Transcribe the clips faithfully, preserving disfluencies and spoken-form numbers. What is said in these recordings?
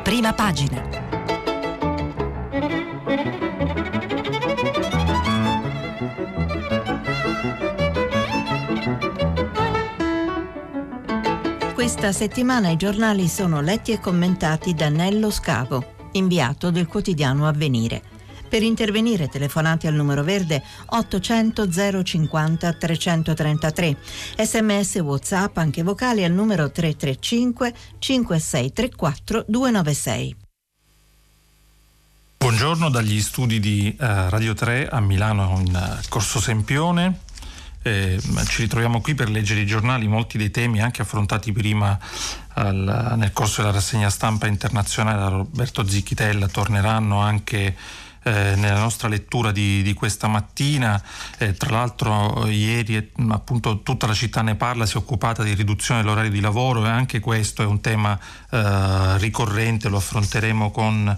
Prima pagina. Questa settimana i giornali sono letti e commentati da Nello Scavo, inviato del quotidiano Avvenire. Per intervenire telefonate al numero verde ottocento zero cinquanta trecentotrentatré, sms WhatsApp anche vocali al numero tre tre cinque cinque sei tre quattro due nove sei. Buongiorno dagli studi di uh, Radio tre a Milano in uh, Corso Sempione. Eh, ci ritroviamo qui per leggere i giornali. Molti dei temi anche affrontati prima al, nel corso della rassegna stampa internazionale da Roberto Zicchitella torneranno anche Eh, nella nostra lettura di, di questa mattina. Eh, tra l'altro ieri eh, appunto tutta la città ne parla, si è occupata di riduzione dell'orario di lavoro, e anche questo è un tema eh, ricorrente. Lo affronteremo con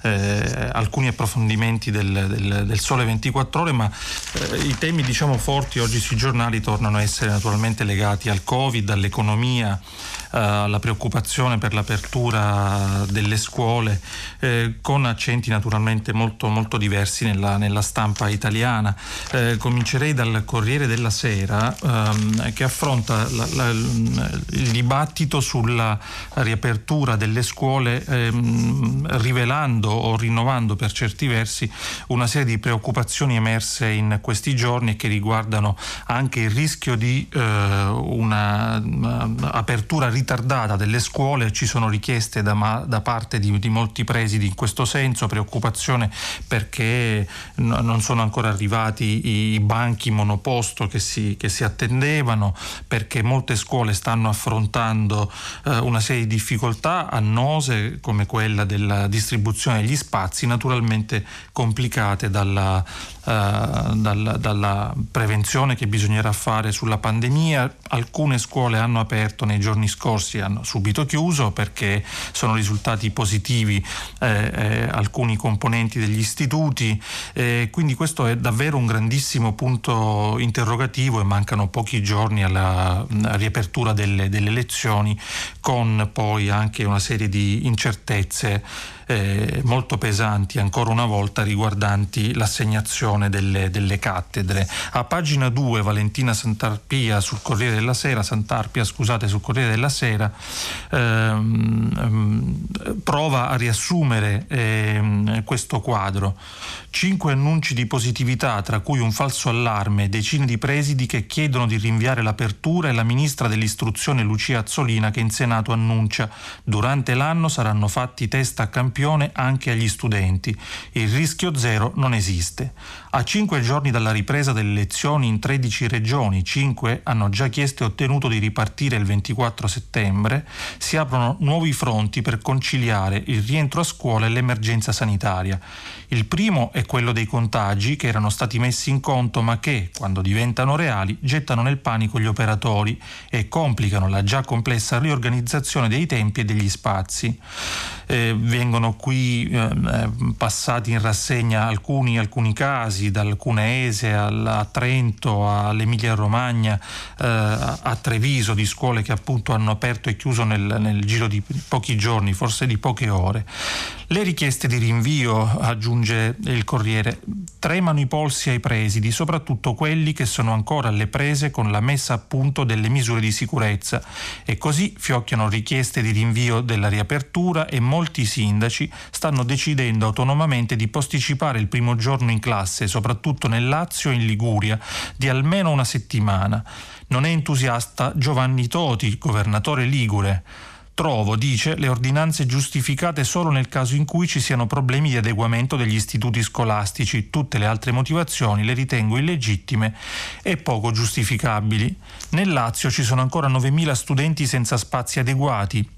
eh, alcuni approfondimenti del, del, del Sole ventiquattro Ore, ma eh, i temi diciamo forti oggi sui giornali tornano a essere naturalmente legati al Covid, all'economia, alla preoccupazione per l'apertura delle scuole, eh, con accenti naturalmente molto, molto diversi nella, nella stampa italiana. Eh, comincerei dal Corriere della Sera, ehm, che affronta la, la, il dibattito sulla riapertura delle scuole, ehm, rivelando o rinnovando per certi versi una serie di preoccupazioni emerse in questi giorni, che riguardano anche il rischio di eh, una, una apertura ritardata delle scuole. Ci sono richieste da, da parte di, di molti presidi in questo senso, preoccupazione perché no, non sono ancora arrivati i banchi monoposto che si, che si attendevano, perché molte scuole stanno affrontando eh, una serie di difficoltà annose, come quella della distribuzione degli spazi, naturalmente complicate dalla, eh, dalla, dalla prevenzione che bisognerà fare sulla pandemia. Alcune scuole hanno aperto nei giorni scorsi, hanno subito chiuso perché sono risultati positivi eh, eh, alcuni componenti degli istituti, eh, quindi questo è davvero un grandissimo punto interrogativo, e mancano pochi giorni alla, alla riapertura delle, delle lezioni, con poi anche una serie di incertezze Eh, molto pesanti ancora una volta riguardanti l'assegnazione delle, delle cattedre. A pagina due Valentina Santarpia sul Corriere della Sera, Santarpia scusate sul Corriere della Sera ehm, prova a riassumere ehm, questo quadro. Cinque annunci di positività, tra cui un falso allarme, decine di presidi che chiedono di rinviare l'apertura, e la ministra dell'istruzione Lucia Azzolina che in Senato annuncia: durante l'anno saranno fatti test a campione anche agli studenti. Il rischio zero non esiste. A cinque giorni dalla ripresa delle lezioni in tredici regioni, cinque hanno già chiesto e ottenuto di ripartire il ventiquattro settembre, si aprono nuovi fronti per conciliare il rientro a scuola e l'emergenza sanitaria. Il primo è quello dei contagi, che erano stati messi in conto ma che, quando diventano reali, gettano nel panico gli operatori e complicano la già complessa riorganizzazione dei tempi e degli spazi. Eh, vengono qui eh, passati in rassegna alcuni, alcuni casi, dal Cuneese a Trento all'Emilia Romagna, eh, a Treviso, di scuole che appunto hanno aperto e chiuso nel, nel giro di pochi giorni, forse di poche ore. Le richieste di rinvio, aggiunge il Corriere, tremano i polsi ai presidi, soprattutto quelli che sono ancora alle prese con la messa a punto delle misure di sicurezza, e così fiocchiano richieste di rinvio della riapertura, e molti sindaci stanno decidendo autonomamente di posticipare il primo giorno in classe, soprattutto nel Lazio e in Liguria, di almeno una settimana. Non è entusiasta Giovanni Toti, governatore ligure. Trovo, dice, le ordinanze giustificate solo nel caso in cui ci siano problemi di adeguamento degli istituti scolastici. Tutte le altre motivazioni le ritengo illegittime e poco giustificabili. Nel Lazio ci sono ancora novemila studenti senza spazi adeguati,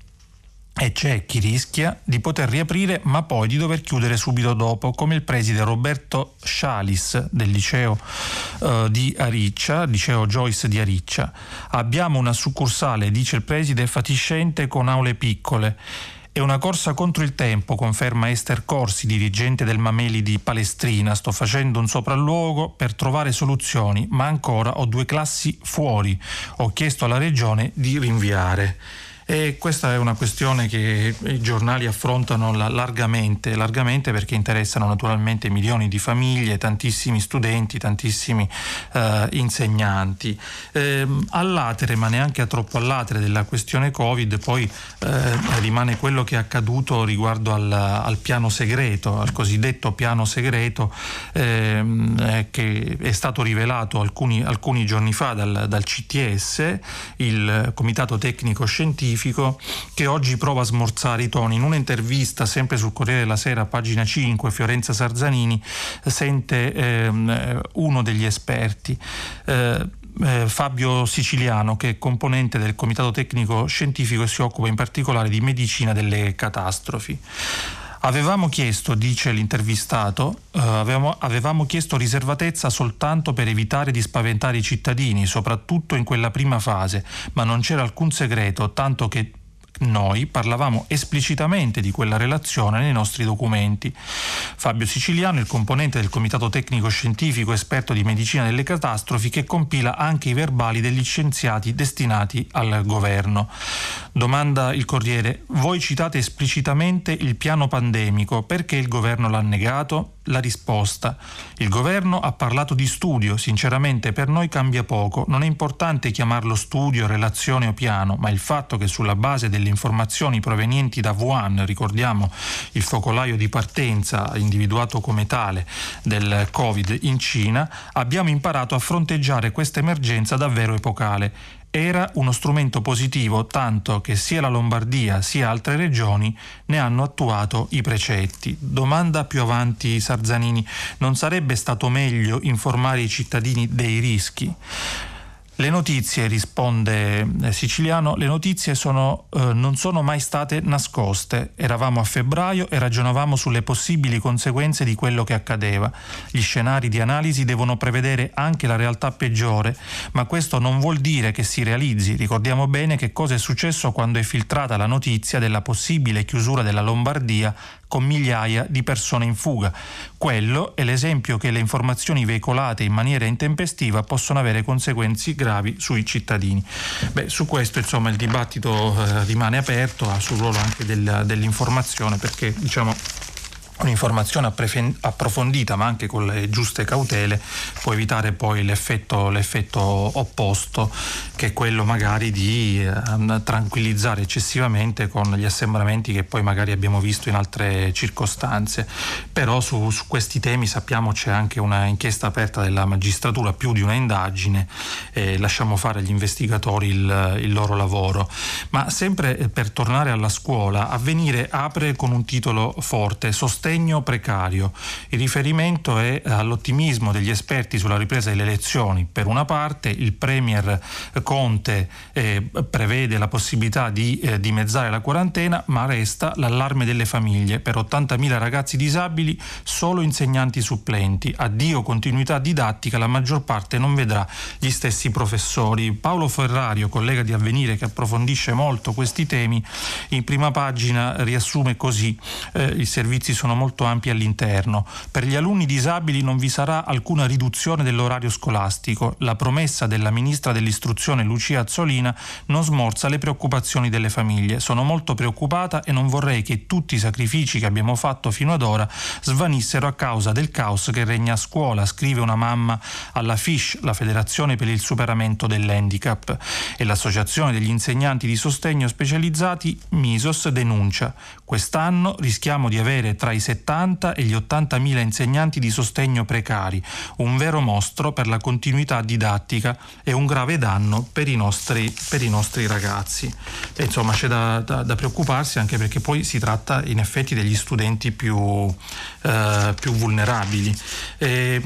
e c'è chi rischia di poter riaprire ma poi di dover chiudere subito dopo, come il preside Roberto Scialis del liceo uh, di Ariccia, liceo Joyce di Ariccia. Abbiamo una succursale, dice il preside, fatiscente con aule piccole. È una corsa contro il tempo, conferma Esther Corsi, dirigente del Mameli di Palestrina. Sto facendo un sopralluogo per trovare soluzioni, ma ancora ho due classi fuori. Ho chiesto alla regione di rinviare. E questa è una questione che i giornali affrontano largamente, largamente perché interessano naturalmente milioni di famiglie, tantissimi studenti, tantissimi eh, insegnanti. Eh, all'atere, ma neanche a troppo all'atere della questione Covid, poi eh, rimane quello che è accaduto riguardo al, al piano segreto, al cosiddetto piano segreto eh, che è stato rivelato alcuni, alcuni giorni fa dal, dal C T S, il Comitato Tecnico Scientifico, che oggi prova a smorzare i toni. In un'intervista sempre sul Corriere della Sera, pagina cinque, Fiorenza Sarzanini sente eh, uno degli esperti, eh, eh, Fabio Siciliano, che è componente del Comitato Tecnico Scientifico e si occupa in particolare di medicina delle catastrofi. Avevamo chiesto, dice l'intervistato, eh, avevamo, avevamo chiesto riservatezza soltanto per evitare di spaventare i cittadini, soprattutto in quella prima fase, ma non c'era alcun segreto, tanto che noi parlavamo esplicitamente di quella relazione nei nostri documenti. Fabio Siciliano, il componente del Comitato Tecnico Scientifico esperto di medicina delle catastrofi, che compila anche i verbali degli scienziati destinati al governo. Domanda il Corriere: voi citate esplicitamente il piano pandemico, perché il governo l'ha negato? La risposta: il governo ha parlato di studio, sinceramente per noi cambia poco, non è importante chiamarlo studio, relazione o piano, ma il fatto che sulla base delle informazioni provenienti da Wuhan, ricordiamo il focolaio di partenza individuato come tale del Covid in Cina, abbiamo imparato a fronteggiare questa emergenza davvero epocale. Era uno strumento positivo, tanto che sia la Lombardia sia altre regioni ne hanno attuato i precetti. Domanda più avanti Sarzanini: non sarebbe stato meglio informare i cittadini dei rischi? Le notizie, risponde Siciliano, le notizie sono, eh, non sono mai state nascoste. Eravamo a febbraio e ragionavamo sulle possibili conseguenze di quello che accadeva. Gli scenari di analisi devono prevedere anche la realtà peggiore, ma questo non vuol dire che si realizzi. Ricordiamo bene che cosa è successo quando è filtrata la notizia della possibile chiusura della Lombardia con migliaia di persone in fuga. Quello è l'esempio che le informazioni veicolate in maniera intempestiva possono avere conseguenze gravi sui cittadini. Beh, su questo insomma il dibattito eh, rimane aperto, ha sul ruolo anche del, dell'informazione, perché diciamo un'informazione approfondita ma anche con le giuste cautele può evitare poi l'effetto, l'effetto opposto, che è quello magari di eh, tranquillizzare eccessivamente con gli assembramenti che poi magari abbiamo visto in altre circostanze. Però su, su questi temi sappiamo c'è anche una inchiesta aperta della magistratura, più di una indagine, eh, lasciamo fare agli investigatori il, il loro lavoro. Ma sempre per tornare alla scuola, Avvenire apre con un titolo forte: sostegno precario. Il riferimento è all'ottimismo degli esperti sulla ripresa delle elezioni. Per una parte il premier Conte eh, prevede la possibilità di eh, dimezzare la quarantena, ma resta l'allarme delle famiglie. Per ottantamila ragazzi disabili solo insegnanti supplenti. Addio continuità didattica, la maggior parte non vedrà gli stessi professori. Paolo Ferrario, collega di Avvenire che approfondisce molto questi temi, in prima pagina riassume così: eh, i servizi sono molto ampi all'interno. Per gli alunni disabili non vi sarà alcuna riduzione dell'orario scolastico. La promessa della ministra dell'istruzione Lucia Azzolina non smorza le preoccupazioni delle famiglie. Sono molto preoccupata e non vorrei che tutti i sacrifici che abbiamo fatto fino ad ora svanissero a causa del caos che regna a scuola, scrive una mamma alla F I S C, la Federazione per il Superamento dell'Handicap, e l'Associazione degli Insegnanti di Sostegno Specializzati Misos denuncia: quest'anno rischiamo di avere tra i settanta e gli ottantamila insegnanti di sostegno precari, un vero mostro per la continuità didattica e un grave danno per i nostri, per i nostri ragazzi. E insomma c'è da, da, da preoccuparsi, anche perché poi si tratta in effetti degli studenti più, eh, più vulnerabili. E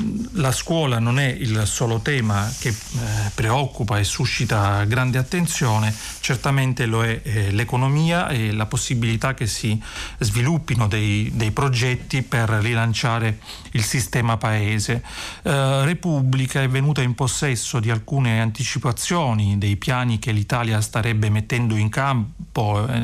la scuola non è il solo tema che eh, preoccupa e suscita grande attenzione, certamente lo è eh, l'economia e la possibilità che si sviluppino dei dei progetti per rilanciare il sistema paese. Eh, Repubblica è venuta in possesso di alcune anticipazioni dei piani che l'Italia starebbe mettendo in campo eh,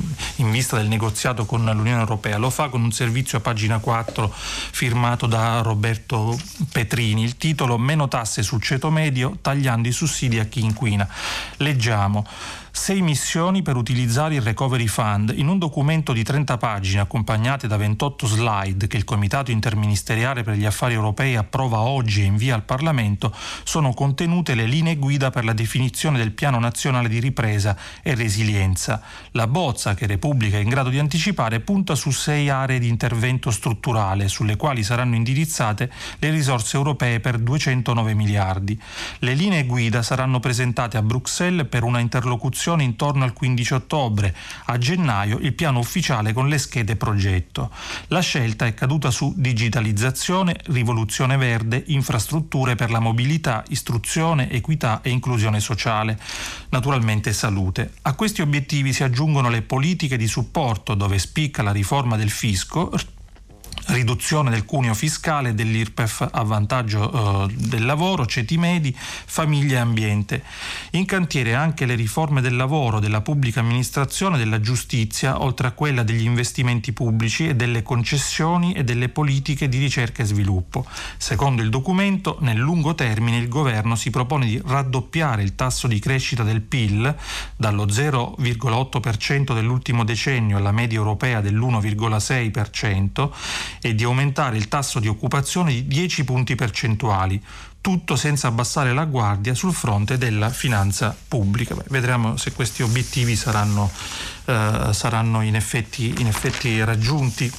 in vista del negoziato con l'Unione Europea. Lo fa con un servizio a pagina quattro firmato da Roberto Petrini. Il titolo: meno tasse sul ceto medio, tagliando i sussidi a chi inquina. Leggiamo: Sei missioni per utilizzare il Recovery Fund. In un documento di trenta pagine accompagnate da ventotto slide che il Comitato Interministeriale per gli Affari Europei approva oggi e invia al Parlamento sono contenute le linee guida per la definizione del Piano Nazionale di Ripresa e Resilienza. La bozza che Repubblica è in grado di anticipare punta su sei aree di intervento strutturale sulle quali saranno indirizzate le risorse europee per duecentonove miliardi. Le linee guida saranno presentate a Bruxelles per una interlocuzione intorno al quindici ottobre. A gennaio il piano ufficiale con le schede progetto. La scelta è caduta su digitalizzazione, rivoluzione verde, infrastrutture per la mobilità, istruzione, equità e inclusione sociale, naturalmente salute. A questi obiettivi si aggiungono le politiche di supporto, dove spicca la riforma del fisco, riduzione del cuneo fiscale e dell'I R P E F a vantaggio eh, del lavoro, ceti medi, famiglia e ambiente. In cantiere anche le riforme del lavoro, della pubblica amministrazione, della giustizia, oltre a quella degli investimenti pubblici e delle concessioni e delle politiche di ricerca e sviluppo. Secondo il documento, nel lungo termine il governo si propone di raddoppiare il tasso di crescita del P I L dallo zero virgola otto per cento dell'ultimo decennio alla media europea dell'uno virgola sei per cento e di aumentare il tasso di occupazione di dieci punti percentuali, tutto senza abbassare la guardia sul fronte della finanza pubblica. Beh, vedremo se questi obiettivi saranno, eh, saranno in effetti, in effetti raggiunti.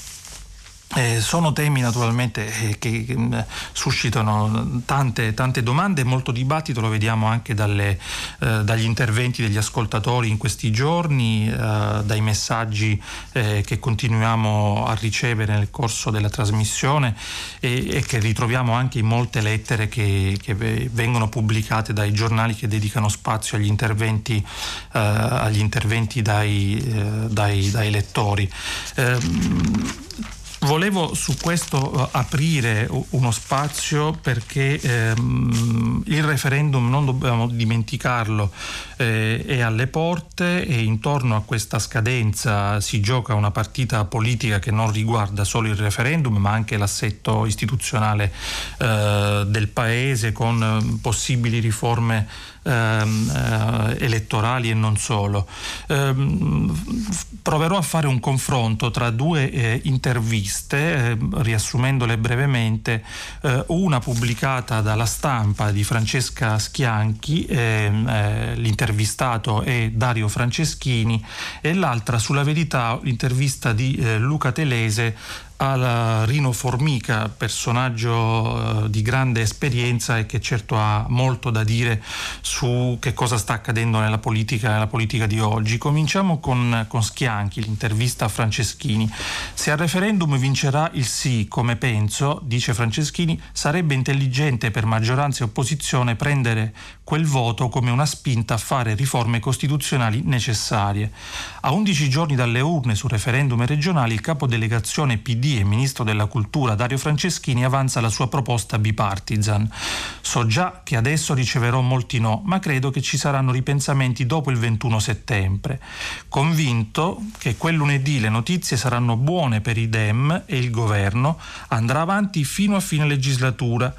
Eh, sono temi naturalmente eh, che eh, suscitano tante, tante domande e molto dibattito, lo vediamo anche dalle, eh, dagli interventi degli ascoltatori in questi giorni, eh, dai messaggi eh, che continuiamo a ricevere nel corso della trasmissione e, e che ritroviamo anche in molte lettere che, che vengono pubblicate dai giornali che dedicano spazio agli interventi, eh, agli interventi dai, eh, dai, dai lettori. Eh, Volevo su questo uh, aprire uno spazio perché ehm, il referendum, non dobbiamo dimenticarlo, eh, è alle porte e intorno a questa scadenza si gioca una partita politica che non riguarda solo il referendum ma anche l'assetto istituzionale eh, del Paese, con eh, possibili riforme ehm, eh, elettorali e non solo. Ehm, proverò a fare un confronto tra due eh, interviste, Eh, riassumendole brevemente, eh, una pubblicata dalla Stampa di Francesca Schianchi, eh, eh, l'intervistato è Dario Franceschini, e l'altra sulla Verità, l'intervista di eh, Luca Telese al Rino Formica, personaggio eh, di grande esperienza e che certo ha molto da dire su che cosa sta accadendo nella politica, nella politica di oggi. Cominciamo con, con Schianchi, l'intervista a Franceschini. Se al referendum vincerà il sì, come penso, dice Franceschini, sarebbe intelligente per maggioranza e opposizione prendere quel voto come una spinta a fare riforme costituzionali necessarie. A undici giorni dalle urne sul referendum regionale, il capodelegazione P D e ministro della Cultura Dario Franceschini avanza la sua proposta bipartisan. So già che adesso riceverò molti no, ma credo che ci saranno ripensamenti dopo il ventuno settembre. Convinto che quel lunedì le notizie saranno buone per i Dem e il governo andrà avanti fino a fine legislatura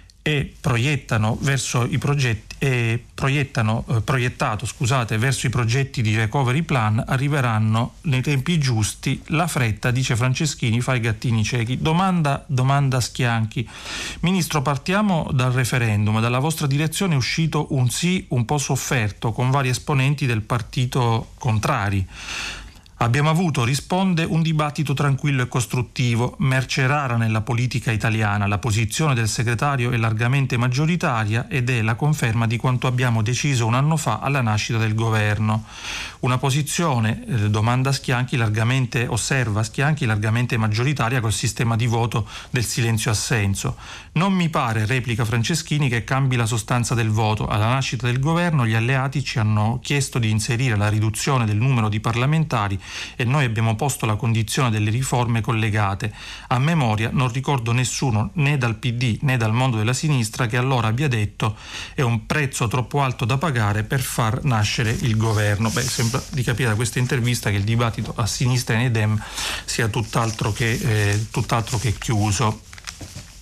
e proiettano verso i progetti e proiettano eh, proiettato scusate verso i progetti di recovery plan arriveranno nei tempi giusti. La fretta, dice Franceschini, fa i gattini ciechi. Domanda domanda Schianchi. Ministro, partiamo dal referendum. Dalla vostra direzione è uscito un sì un po' sofferto con vari esponenti del partito contrari. Abbiamo avuto, risponde, un dibattito tranquillo e costruttivo. Merce rara nella politica italiana, la posizione del segretario è largamente maggioritaria ed è la conferma di quanto abbiamo deciso un anno fa alla nascita del governo. Una posizione, eh, domanda Schianchi, largamente, osserva Schianchi, largamente maggioritaria col sistema di voto del silenzio-assenso. Non mi pare, replica Franceschini, che cambi la sostanza del voto. Alla nascita del governo gli alleati ci hanno chiesto di inserire la riduzione del numero di parlamentari e noi abbiamo posto la condizione delle riforme collegate. A memoria non ricordo nessuno né dal P D né dal mondo della sinistra che allora abbia detto è un prezzo troppo alto da pagare per far nascere il governo. Beh, sembra di capire da questa intervista che il dibattito a sinistra e nei Dem sia tutt'altro che, eh, tutt'altro che chiuso.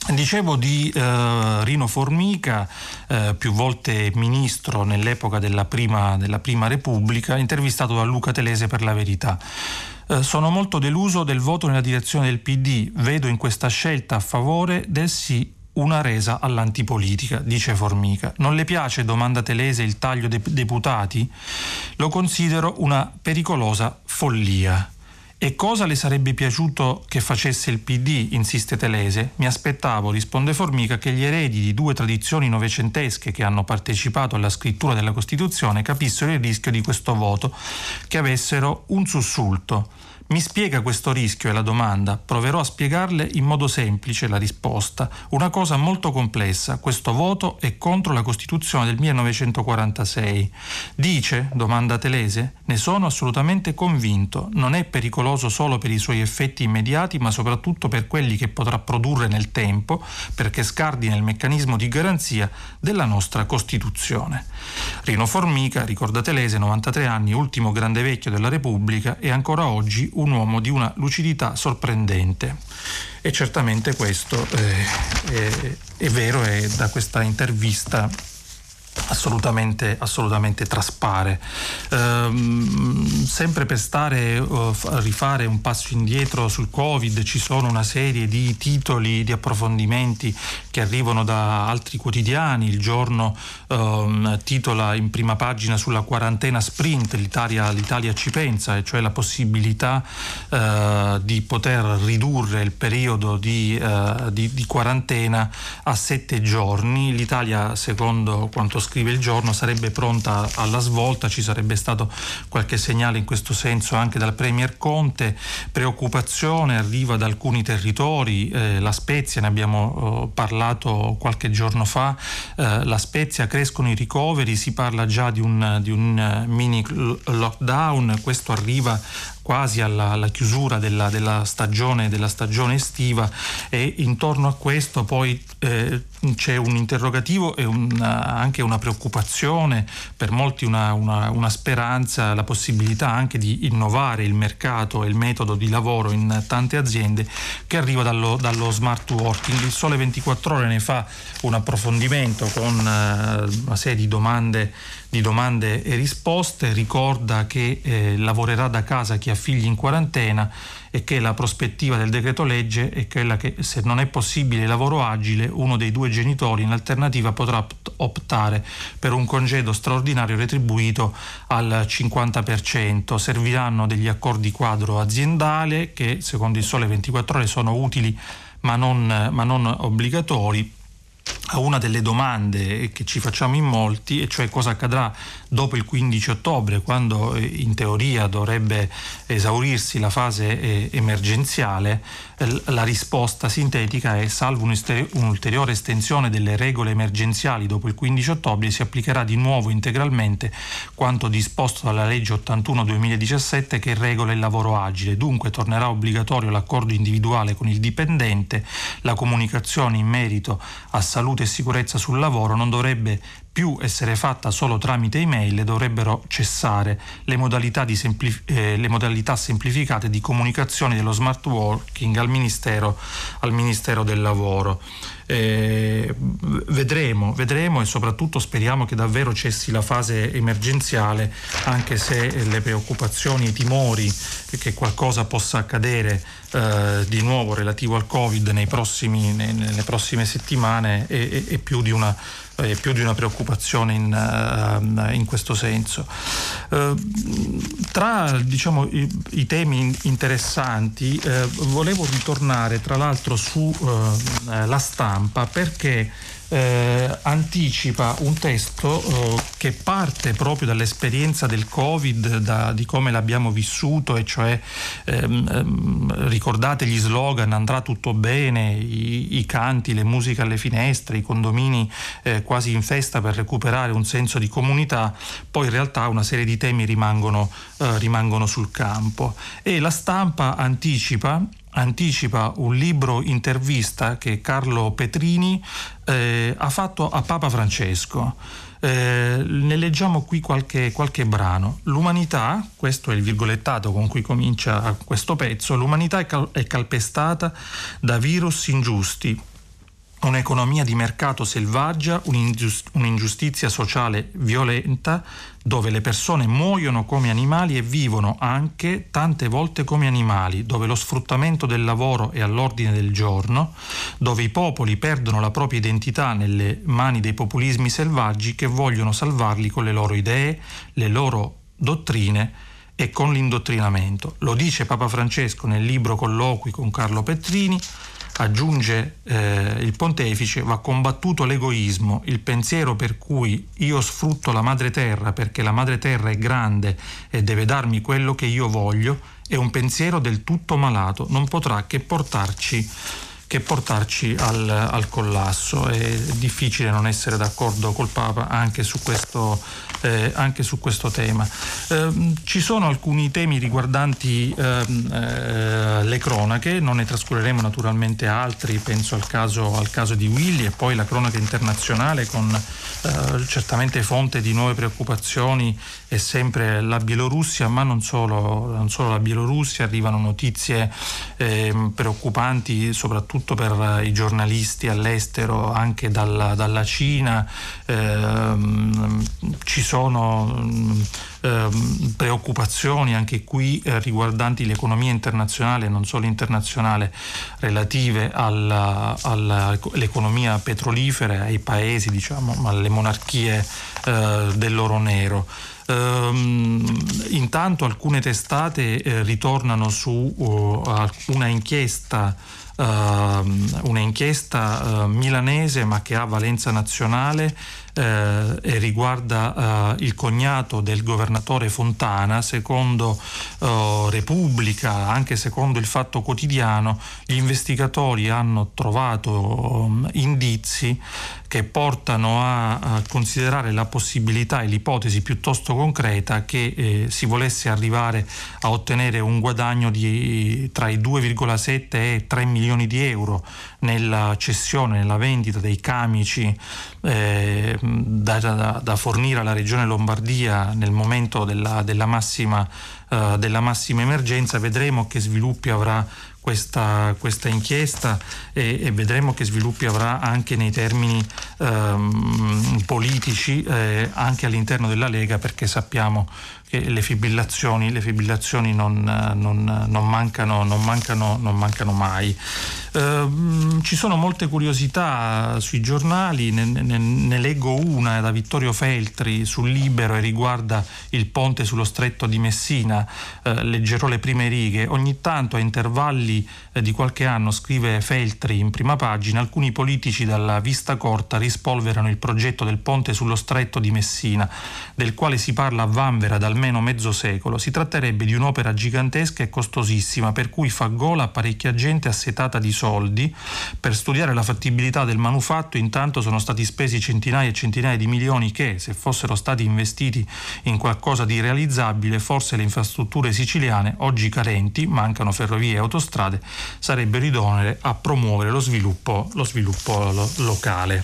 Dicevo di eh, Rino Formica, eh, più volte ministro nell'epoca della prima, della prima Repubblica, intervistato da Luca Telese per La Verità. Eh, sono molto deluso del voto nella direzione del P D, vedo in questa scelta a favore del sì una resa all'antipolitica, dice Formica. Non le piace, domanda Telese, il taglio dei deputati? Lo considero una pericolosa follia. E cosa le sarebbe piaciuto che facesse il P D, insiste Telese? Mi aspettavo, risponde Formica, che gli eredi di due tradizioni novecentesche che hanno partecipato alla scrittura della Costituzione capissero il rischio di questo voto, che avessero un sussulto. Mi spiega questo rischio, è la domanda. Proverò a spiegarle in modo semplice la risposta. Una cosa molto complessa. Questo voto è contro la Costituzione del millenovecentoquarantasei. Dice, domanda Telese, ne sono assolutamente convinto. Non è pericoloso solo per i suoi effetti immediati, ma soprattutto per quelli che potrà produrre nel tempo, perché scardina il meccanismo di garanzia della nostra Costituzione. Rino Formica, ricorda Telese, novantatré anni, ultimo grande vecchio della Repubblica, e ancora oggi un uomo di una lucidità sorprendente. E certamente questo eh, è, è vero, e da questa intervista assolutamente, assolutamente traspare. Ehm, sempre per stare uh, rifare un passo indietro sul Covid, ci sono una serie di titoli, di approfondimenti che arrivano da altri quotidiani. Il Giorno um, titola in prima pagina sulla quarantena sprint, l'Italia, l'Italia ci pensa, e cioè la possibilità uh, di poter ridurre il periodo di, uh, di, di quarantena a sette giorni. L'Italia, secondo quanto scrive il Giorno, sarebbe pronta alla svolta. Ci sarebbe stato qualche segnale in questo senso anche dal Premier Conte. Preoccupazione arriva da alcuni territori, eh, La Spezia, ne abbiamo eh, parlato qualche giorno fa, eh, La Spezia, crescono i ricoveri, si parla già di un, di un mini lockdown. Questo arriva quasi alla, alla chiusura della, della stagione della stagione estiva, e intorno a questo poi eh, c'è un interrogativo e una, anche una preoccupazione, per molti una, una, una speranza, la possibilità anche di innovare il mercato e il metodo di lavoro in tante aziende, che arriva dallo, dallo smart working. Il Sole ventiquattro Ore ne fa un approfondimento con eh, una serie di domande di domande e risposte. Ricorda che eh, lavorerà da casa chi ha figli in quarantena, e che la prospettiva del decreto legge è quella che, se non è possibile il lavoro agile, uno dei due genitori in alternativa potrà optare per un congedo straordinario retribuito al cinquanta per cento. Serviranno degli accordi quadro aziendale che, secondo il Sole ventiquattro Ore, sono utili ma non, ma non obbligatori. A una delle domande che ci facciamo in molti, e cioè cosa accadrà dopo il quindici ottobre, quando in teoria dovrebbe esaurirsi la fase emergenziale, la risposta sintetica è: salvo un'ulteriore estensione delle regole emergenziali dopo il quindici ottobre, si applicherà di nuovo integralmente quanto disposto dalla legge ottantuno duemiladiciassette, che regola il lavoro agile. Dunque tornerà obbligatorio l'accordo individuale con il dipendente, la comunicazione in merito a salute e sicurezza sul lavoro non dovrebbe più essere fatta solo tramite email, e dovrebbero cessare le modalità, di semplif- eh, le modalità semplificate di comunicazione dello smart working al Ministero, al Ministero del Lavoro. Eh, vedremo, vedremo e soprattutto speriamo che davvero cessi la fase emergenziale, anche se le preoccupazioni e i timori che qualcosa possa accadere eh, di nuovo relativo al Covid nei prossimi, nelle prossime settimane è, è, è più di una è più di una preoccupazione in, uh, in questo senso. Uh, tra diciamo i, i temi interessanti uh, volevo ritornare tra l'altro su uh, La Stampa, perché Eh, anticipa un testo eh, che parte proprio dall'esperienza del Covid, da, di come l'abbiamo vissuto, e cioè ehm, ehm, ricordate gli slogan: andrà tutto bene, i, i canti, le musiche alle finestre, i condomini eh, quasi in festa per recuperare un senso di comunità. Poi in realtà una serie di temi rimangono, eh, rimangono sul campo, e La Stampa anticipa anticipa un libro intervista che Carlo Petrini eh, ha fatto a Papa Francesco. Eh, ne leggiamo qui qualche, qualche brano. L'umanità, questo è il virgolettato con cui comincia questo pezzo, l'umanità è, cal- è calpestata da virus ingiusti, un'economia di mercato selvaggia, un'ingiustizia sociale violenta, dove le persone muoiono come animali e vivono anche tante volte come animali, dove lo sfruttamento del lavoro è all'ordine del giorno, dove i popoli perdono la propria identità nelle mani dei populismi selvaggi che vogliono salvarli con le loro idee, le loro dottrine e con l'indottrinamento. Lo dice Papa Francesco nel libro Colloqui con Carlo Petrini. Aggiunge eh, il pontefice: va combattuto l'egoismo, il pensiero per cui io sfrutto la madre terra perché la madre terra è grande e deve darmi quello che io voglio, è un pensiero del tutto malato, non potrà che portarci che portarci al, al collasso. È difficile non essere d'accordo col Papa anche su questo, eh, anche su questo tema. Eh, ci sono alcuni temi riguardanti eh, eh, le cronache, non ne trascureremo naturalmente altri, penso al caso, al caso di Willy e poi la cronaca internazionale con eh, certamente fonte di nuove preoccupazioni è sempre la Bielorussia, ma non solo, non solo la Bielorussia, arrivano notizie eh, preoccupanti soprattutto per i giornalisti all'estero, anche dalla, dalla Cina. Eh, ci sono eh, preoccupazioni anche qui eh, riguardanti l'economia internazionale, non solo internazionale, relative alla, alla, all'economia petrolifera, ai paesi, diciamo, alle monarchie eh, dell'oro nero. Uh, intanto alcune testate eh, ritornano su uh, una inchiesta uh, una inchiesta uh, milanese ma che ha valenza nazionale eh, e riguarda uh, il cognato del governatore Fontana. Secondo uh, Repubblica, anche secondo il Fatto Quotidiano, gli investigatori hanno trovato um, indizi che portano a, a considerare la possibilità e l'ipotesi piuttosto concreta che eh, si volesse arrivare a ottenere un guadagno di tra i due virgola sette e tre milioni di euro nella cessione, nella vendita dei camici eh, da, da, da fornire alla regione Lombardia nel momento della, della, massima, uh, della massima emergenza. Vedremo che sviluppi avrà Questa, questa inchiesta e, e vedremo che sviluppi avrà anche nei termini ehm, politici eh, anche all'interno della Lega, perché sappiamo che le fibrillazioni, le fibrillazioni non, non, non, mancano, non, mancano, non mancano mai. Eh, ci sono molte curiosità sui giornali, ne, ne, ne leggo una da Vittorio Feltri sul Libero e riguarda il ponte sullo stretto di Messina. Eh, leggerò le prime righe. Ogni tanto a intervalli di qualche anno, scrive Feltri in prima pagina, alcuni politici dalla vista corta rispolverano il progetto del ponte sullo stretto di Messina, del quale si parla a vanvera da almeno mezzo secolo. Si tratterebbe di un'opera gigantesca e costosissima, per cui fa gola a parecchia gente assetata di soldi. Per studiare la fattibilità del manufatto intanto sono stati spesi centinaia e centinaia di milioni che, se fossero stati investiti in qualcosa di realizzabile, forse le infrastrutture siciliane, oggi carenti, mancano ferrovie e autostrade, sarebbero idonee a promuovere lo sviluppo, lo sviluppo lo, locale.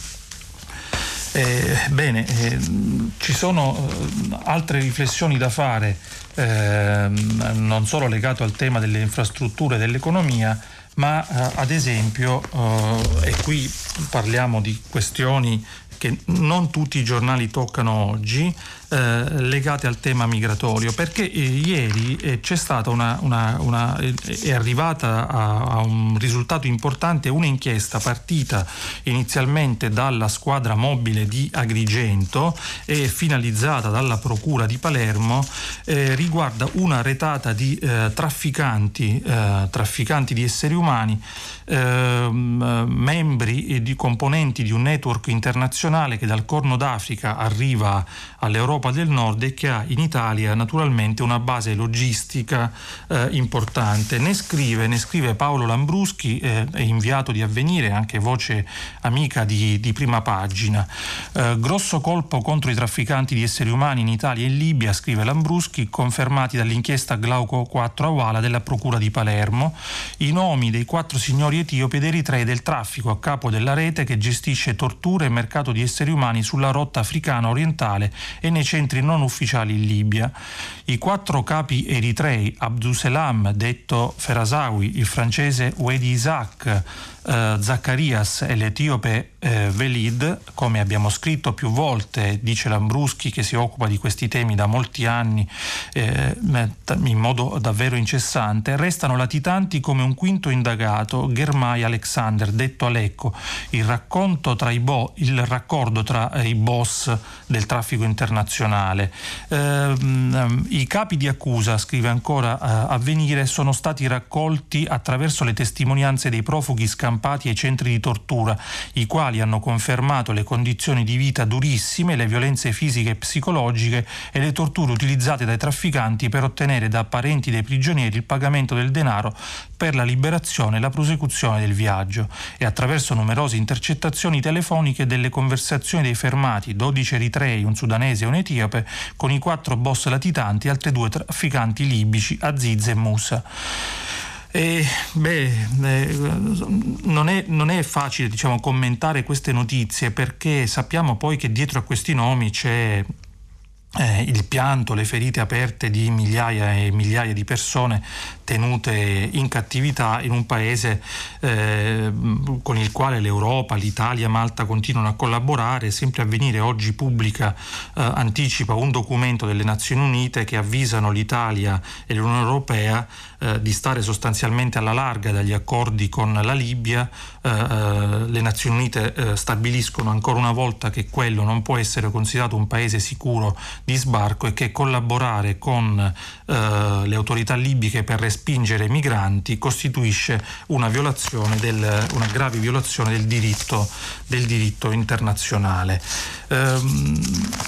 Eh, bene, eh, ci sono eh, altre riflessioni da fare, eh, non solo legato al tema delle infrastrutture e dell'economia, ma eh, ad esempio, eh, e qui parliamo di questioni che non tutti i giornali toccano oggi, eh, legate al tema migratorio, perché eh, ieri eh, c'è stata una, una, una è arrivata a, a un risultato importante un'inchiesta partita inizialmente dalla squadra mobile di Agrigento e finalizzata dalla procura di Palermo, eh, riguarda una retata di eh, trafficanti eh, trafficanti di esseri umani, eh, membri e di componenti di un network internazionale che dal Corno d'Africa arriva all'Europa del Nord e che ha in Italia naturalmente una base logistica eh, importante. Ne scrive, ne scrive Paolo Lambruschi, eh, inviato di Avvenire, anche voce amica di, di Prima Pagina. Eh, grosso colpo contro i trafficanti di esseri umani in Italia e in Libia, scrive Lambruschi, confermati dall'inchiesta Glauco quattro Awala della Procura di Palermo. I nomi dei quattro signori etiopi ed eritrei del traffico a capo della rete che gestisce torture e mercato di esseri umani sulla rotta africana orientale e nei centri non ufficiali in Libia. I quattro capi eritrei, Abduselam, detto Ferasawi, il francese Wedi Isaac, eh, Zaccarias e l'etiope eh, Velid, come abbiamo scritto più volte, dice Lambruschi, che si occupa di questi temi da molti anni eh, in modo davvero incessante, restano latitanti come un quinto indagato, Germay Alexander, detto Alecco, il racconto tra i bo- il raccordo tra i boss del traffico internazionale. Eh, I capi di accusa, scrive ancora eh, Avvenire, sono stati raccolti attraverso le testimonianze dei profughi scampati ai centri di tortura, i quali hanno confermato le condizioni di vita durissime, le violenze fisiche e psicologiche e le torture utilizzate dai trafficanti per ottenere da parenti dei prigionieri il pagamento del denaro per la liberazione e la prosecuzione del viaggio, e attraverso numerose intercettazioni telefoniche delle conversazioni dei fermati, dodici eritrei, un sudanese e un etiope, con i quattro boss latitanti e altri due trafficanti libici, Aziz e Musa. E, beh, eh, non, è, non è facile, diciamo, commentare queste notizie, perché sappiamo poi che dietro a questi nomi c'è Eh, il pianto, le ferite aperte di migliaia e migliaia di persone tenute in cattività in un paese eh, con il quale l'Europa, l'Italia, Malta continuano a collaborare. Sempre Avvenire oggi pubblica, eh, anticipa un documento delle Nazioni Unite che avvisano l'Italia e l'Unione Europea eh, di stare sostanzialmente alla larga dagli accordi con la Libia. Eh, eh, le Nazioni Unite eh, stabiliscono ancora una volta che quello non può essere considerato un paese sicuro di sbarco e che collaborare con eh, le autorità libiche per respingere migranti costituisce una violazione del, una grave violazione del diritto, del diritto internazionale. Ehm,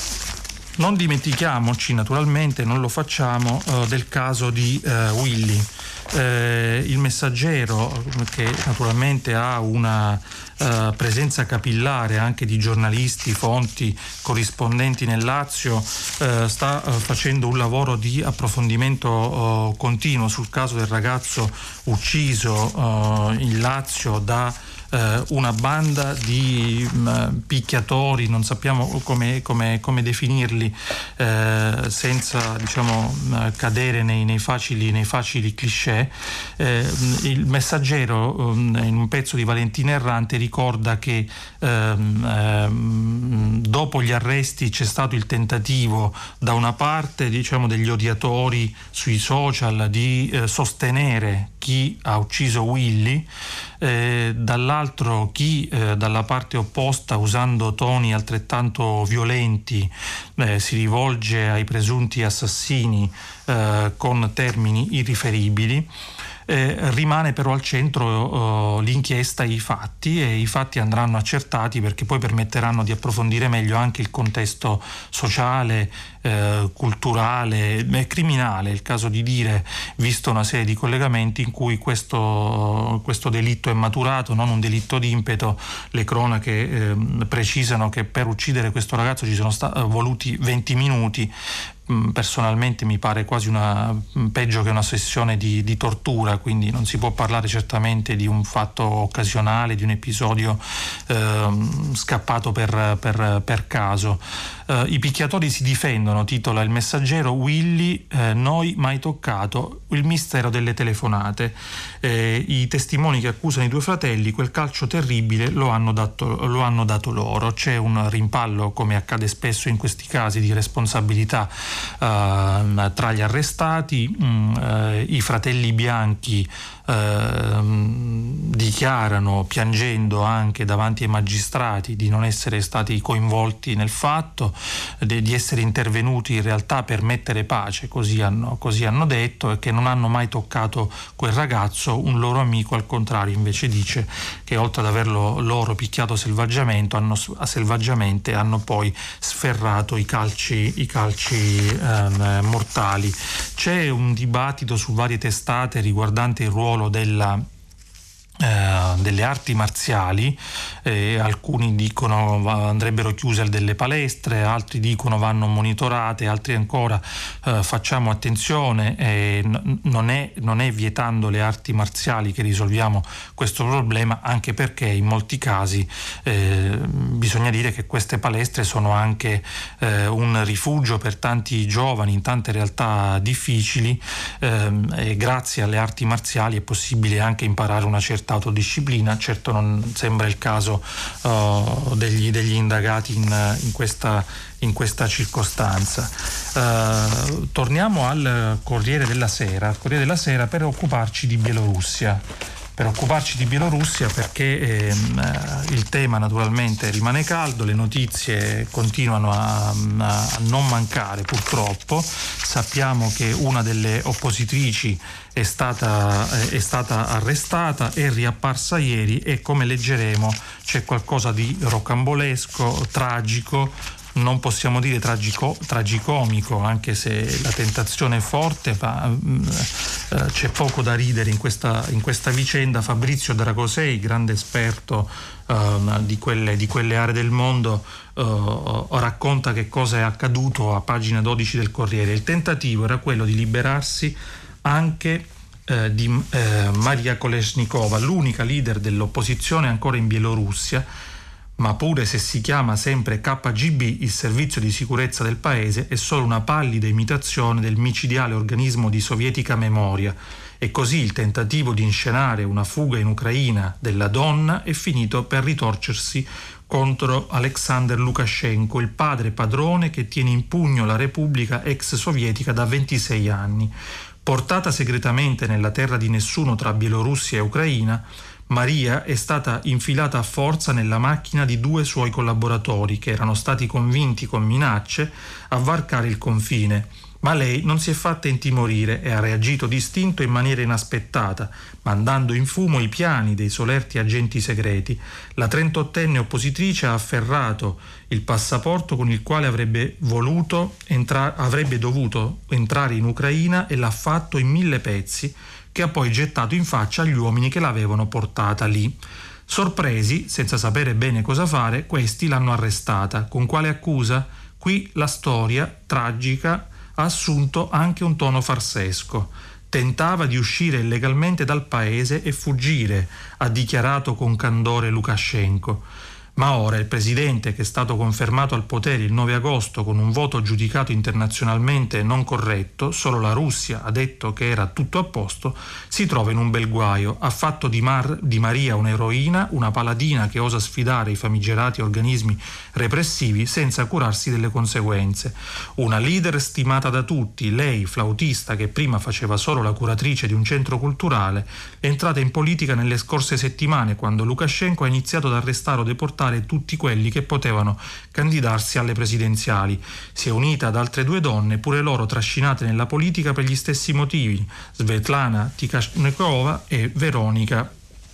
non dimentichiamoci, naturalmente, non lo facciamo, eh, del caso di eh, Willy. Eh, il Messaggero, che naturalmente ha una Uh, presenza capillare anche di giornalisti, fonti, corrispondenti nel Lazio, uh, sta uh, facendo un lavoro di approfondimento uh, continuo sul caso del ragazzo ucciso uh, in Lazio da Uh, una banda di uh, picchiatori, non sappiamo come, come, come definirli, uh, senza, diciamo, uh, cadere nei, nei facili, nei facili cliché. Uh, il Messaggero, um, in un pezzo di Valentina Errante, ricorda che um, um, dopo gli arresti c'è stato il tentativo da una parte, diciamo, degli odiatori sui social di uh, sostenere chi ha ucciso Willy, eh, dall'altro chi eh, dalla parte opposta, usando toni altrettanto violenti, eh, si rivolge ai presunti assassini eh, con termini irriferibili. Eh, rimane però al centro eh, l'inchiesta e i fatti, e i fatti andranno accertati perché poi permetteranno di approfondire meglio anche il contesto sociale, eh, culturale e criminale, è il caso di dire, visto una serie di collegamenti in cui questo, questo delitto è maturato, non un delitto d'impeto. Le cronache eh, precisano che per uccidere questo ragazzo ci sono sta- voluti venti minuti. Personalmente mi pare quasi una peggio che una sessione di, di tortura, quindi non si può parlare certamente di un fatto occasionale, di un episodio eh, scappato per, per, per caso. Eh, I picchiatori si difendono, titola il Messaggero. Willy, eh, noi mai toccato, il mistero delle telefonate. Eh, I testimoni che accusano i due fratelli, quel calcio terribile lo hanno dato, lo hanno dato loro. C'è un rimpallo, come accade spesso in questi casi, di responsabilità Uh, tra gli arrestati. Mm, uh, i fratelli bianchi uh, dichiarano, piangendo anche davanti ai magistrati, di non essere stati coinvolti nel fatto, de- di essere intervenuti in realtà per mettere pace, così hanno, così hanno detto, e che non hanno mai toccato quel ragazzo. Un loro amico, al contrario, invece dice che oltre ad averlo loro picchiato selvaggiamente, hanno, selvaggiamente, hanno poi sferrato i calci, i calci Eh, mortali. C'è un dibattito su varie testate riguardante il ruolo della Eh, delle arti marziali, eh, alcuni dicono va, andrebbero chiuse delle palestre, altri dicono vanno monitorate, altri ancora eh, facciamo attenzione, eh, n- non, è, non è vietando le arti marziali che risolviamo questo problema, anche perché in molti casi eh, bisogna dire che queste palestre sono anche eh, un rifugio per tanti giovani in tante realtà difficili, eh, e grazie alle arti marziali è possibile anche imparare una certa autodisciplina. Certo non sembra il caso uh, degli, degli indagati in, in, questa, in questa circostanza. Uh, torniamo al Corriere della Sera, al Corriere della Sera per occuparci di Bielorussia. Per occuparci di Bielorussia perché ehm, il tema naturalmente rimane caldo, le notizie continuano a, a non mancare purtroppo. Sappiamo che una delle oppositrici è stata, è stata arrestata, è riapparsa ieri e, come leggeremo, c'è qualcosa di rocambolesco, tragico, non possiamo dire tragico, tragicomico, anche se la tentazione è forte, ma eh, c'è poco da ridere in questa, in questa vicenda. Fabrizio Dragosei, grande esperto eh, di, quelle, di quelle aree del mondo, eh, racconta che cosa è accaduto a pagina dodici del Corriere. Il tentativo era quello di liberarsi anche eh, di eh, Maria Kolesnikova, l'unica leader dell'opposizione ancora in Bielorussia, ma pure se si chiama sempre K G B, il servizio di sicurezza del paese è solo una pallida imitazione del micidiale organismo di sovietica memoria, e così il tentativo di inscenare una fuga in Ucraina della donna è finito per ritorcersi contro Alexander Lukashenko, il padre padrone che tiene in pugno la Repubblica ex sovietica da ventisei anni. Portata segretamente nella terra di nessuno tra Bielorussia e Ucraina, Maria è stata infilata a forza nella macchina di due suoi collaboratori che erano stati convinti con minacce a varcare il confine, ma lei non si è fatta intimorire e ha reagito distinto in maniera inaspettata, mandando in fumo i piani dei solerti agenti segreti. La trentottenne oppositrice ha afferrato il passaporto con il quale avrebbe voluto entra- avrebbe dovuto entrare in Ucraina e l'ha fatto in mille pezzi, che ha poi gettato in faccia agli uomini che l'avevano portata lì. Sorpresi, senza sapere bene cosa fare, questi l'hanno arrestata. Con quale accusa? Qui la storia, tragica, ha assunto anche un tono farsesco. Tentava di uscire illegalmente dal paese e fuggire, ha dichiarato con candore Lukashenko. Ma ora il presidente, che è stato confermato al potere il nove agosto con un voto giudicato internazionalmente non corretto, solo la Russia ha detto che era tutto a posto, si trova in un bel guaio. Ha fatto di, Mar- di Maria un'eroina, una paladina che osa sfidare i famigerati organismi repressivi senza curarsi delle conseguenze. Una leader stimata da tutti, lei, flautista che prima faceva solo la curatrice di un centro culturale, è entrata in politica nelle scorse settimane, quando Lukashenko ha iniziato ad arrestare o deportare tutti quelli che potevano candidarsi alle presidenziali. Si è unita ad altre due donne, pure loro trascinate nella politica per gli stessi motivi, Svetlana Tikhanovskaya e Veronica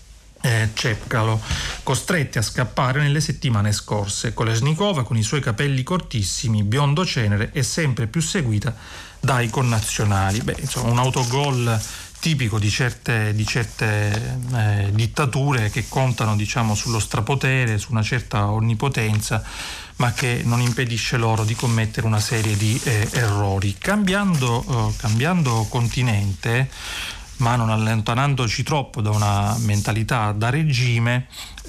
eh, Cepkalo, costrette a scappare nelle settimane scorse. Kolesnikova, con i suoi capelli cortissimi, biondo cenere, è sempre più seguita dai connazionali. Beh, insomma, un autogol tipico di certe, di certe eh, dittature che contano, diciamo, sullo strapotere, su una certa onnipotenza, ma che non impedisce loro di commettere una serie di eh, errori. Cambiando, eh, cambiando continente, ma non allontanandoci troppo da una mentalità da regime,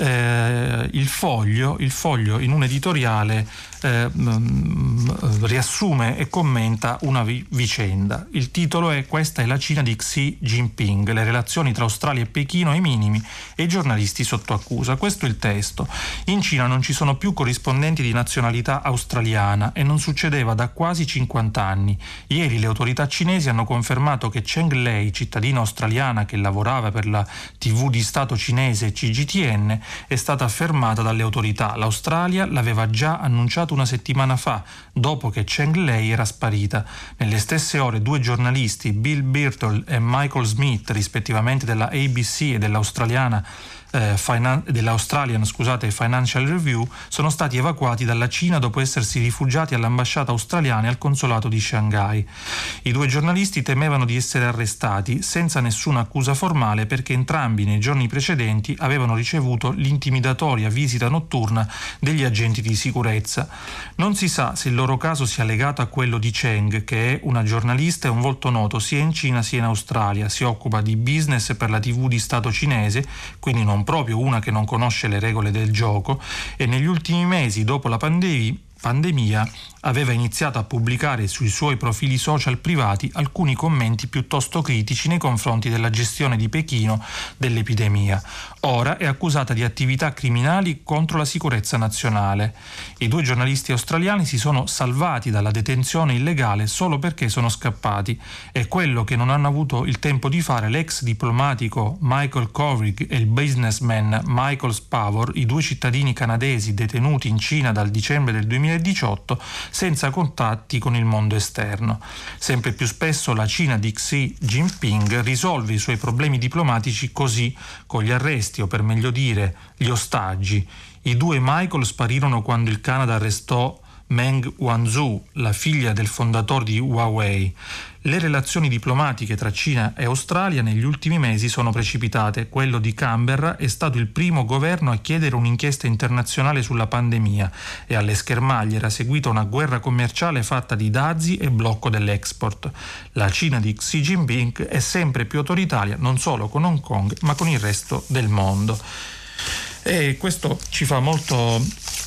eh, il Foglio, il Foglio in un editoriale eh, mh, riassume e commenta una vi- vicenda. Il titolo è "Questa è la Cina di Xi Jinping, le relazioni tra Australia e Pechino ai minimi e i giornalisti sotto accusa". Questo è il testo. In Cina non ci sono più corrispondenti di nazionalità australiana e non succedeva da quasi cinquanta anni. Ieri le autorità cinesi hanno confermato che Cheng Lei, cittadina australiana che lavorava per la tivù di Stato cinese C G T N, è stata fermata dalle autorità. L'Australia l'aveva già annunciato una settimana fa, dopo che Cheng Lei era sparita. Nelle stesse ore due giornalisti, Bill Birtle e Michael Smith, rispettivamente della A B C e dell'australiana eh, finan- dell'Australian scusate, Financial Review sono stati evacuati dalla Cina dopo essersi rifugiati all'ambasciata australiana e al consolato di Shanghai. I due giornalisti temevano di essere arrestati senza nessuna accusa formale perché entrambi nei giorni precedenti avevano ricevuto l'intimidatoria visita notturna degli agenti di sicurezza. Non si sa se il loro caso sia legato a quello di Cheng, che è una giornalista e un volto noto sia in Cina sia in Australia. Si occupa di business per la tivù di Stato cinese, quindi non proprio una che non conosce le regole del gioco, e negli ultimi mesi, dopo la pandemia, pandemia aveva iniziato a pubblicare sui suoi profili social privati alcuni commenti piuttosto critici nei confronti della gestione di Pechino dell'epidemia. Ora è accusata di attività criminali contro la sicurezza nazionale. I due giornalisti australiani si sono salvati dalla detenzione illegale solo perché sono scappati. È quello che non hanno avuto il tempo di fare l'ex diplomatico Michael Kovrig e il businessman Michael Spavor, i due cittadini canadesi detenuti in Cina dal dicembre del duemiladiciotto senza contatti con il mondo esterno. Sempre più spesso la Cina di Xi Jinping risolve i suoi problemi diplomatici così, con gli arresti o per meglio dire gli ostaggi. I due Michael sparirono quando il Canada arrestò Meng Wanzhou, la figlia del fondatore di Huawei. Le relazioni diplomatiche tra Cina e Australia negli ultimi mesi sono precipitate. Quello di Canberra è stato il primo governo a chiedere un'inchiesta internazionale sulla pandemia e alle schermaglie era seguita una guerra commerciale fatta di dazi e blocco dell'export. La Cina di Xi Jinping è sempre più autoritaria non solo con Hong Kong ma con il resto del mondo. E questo ci fa molto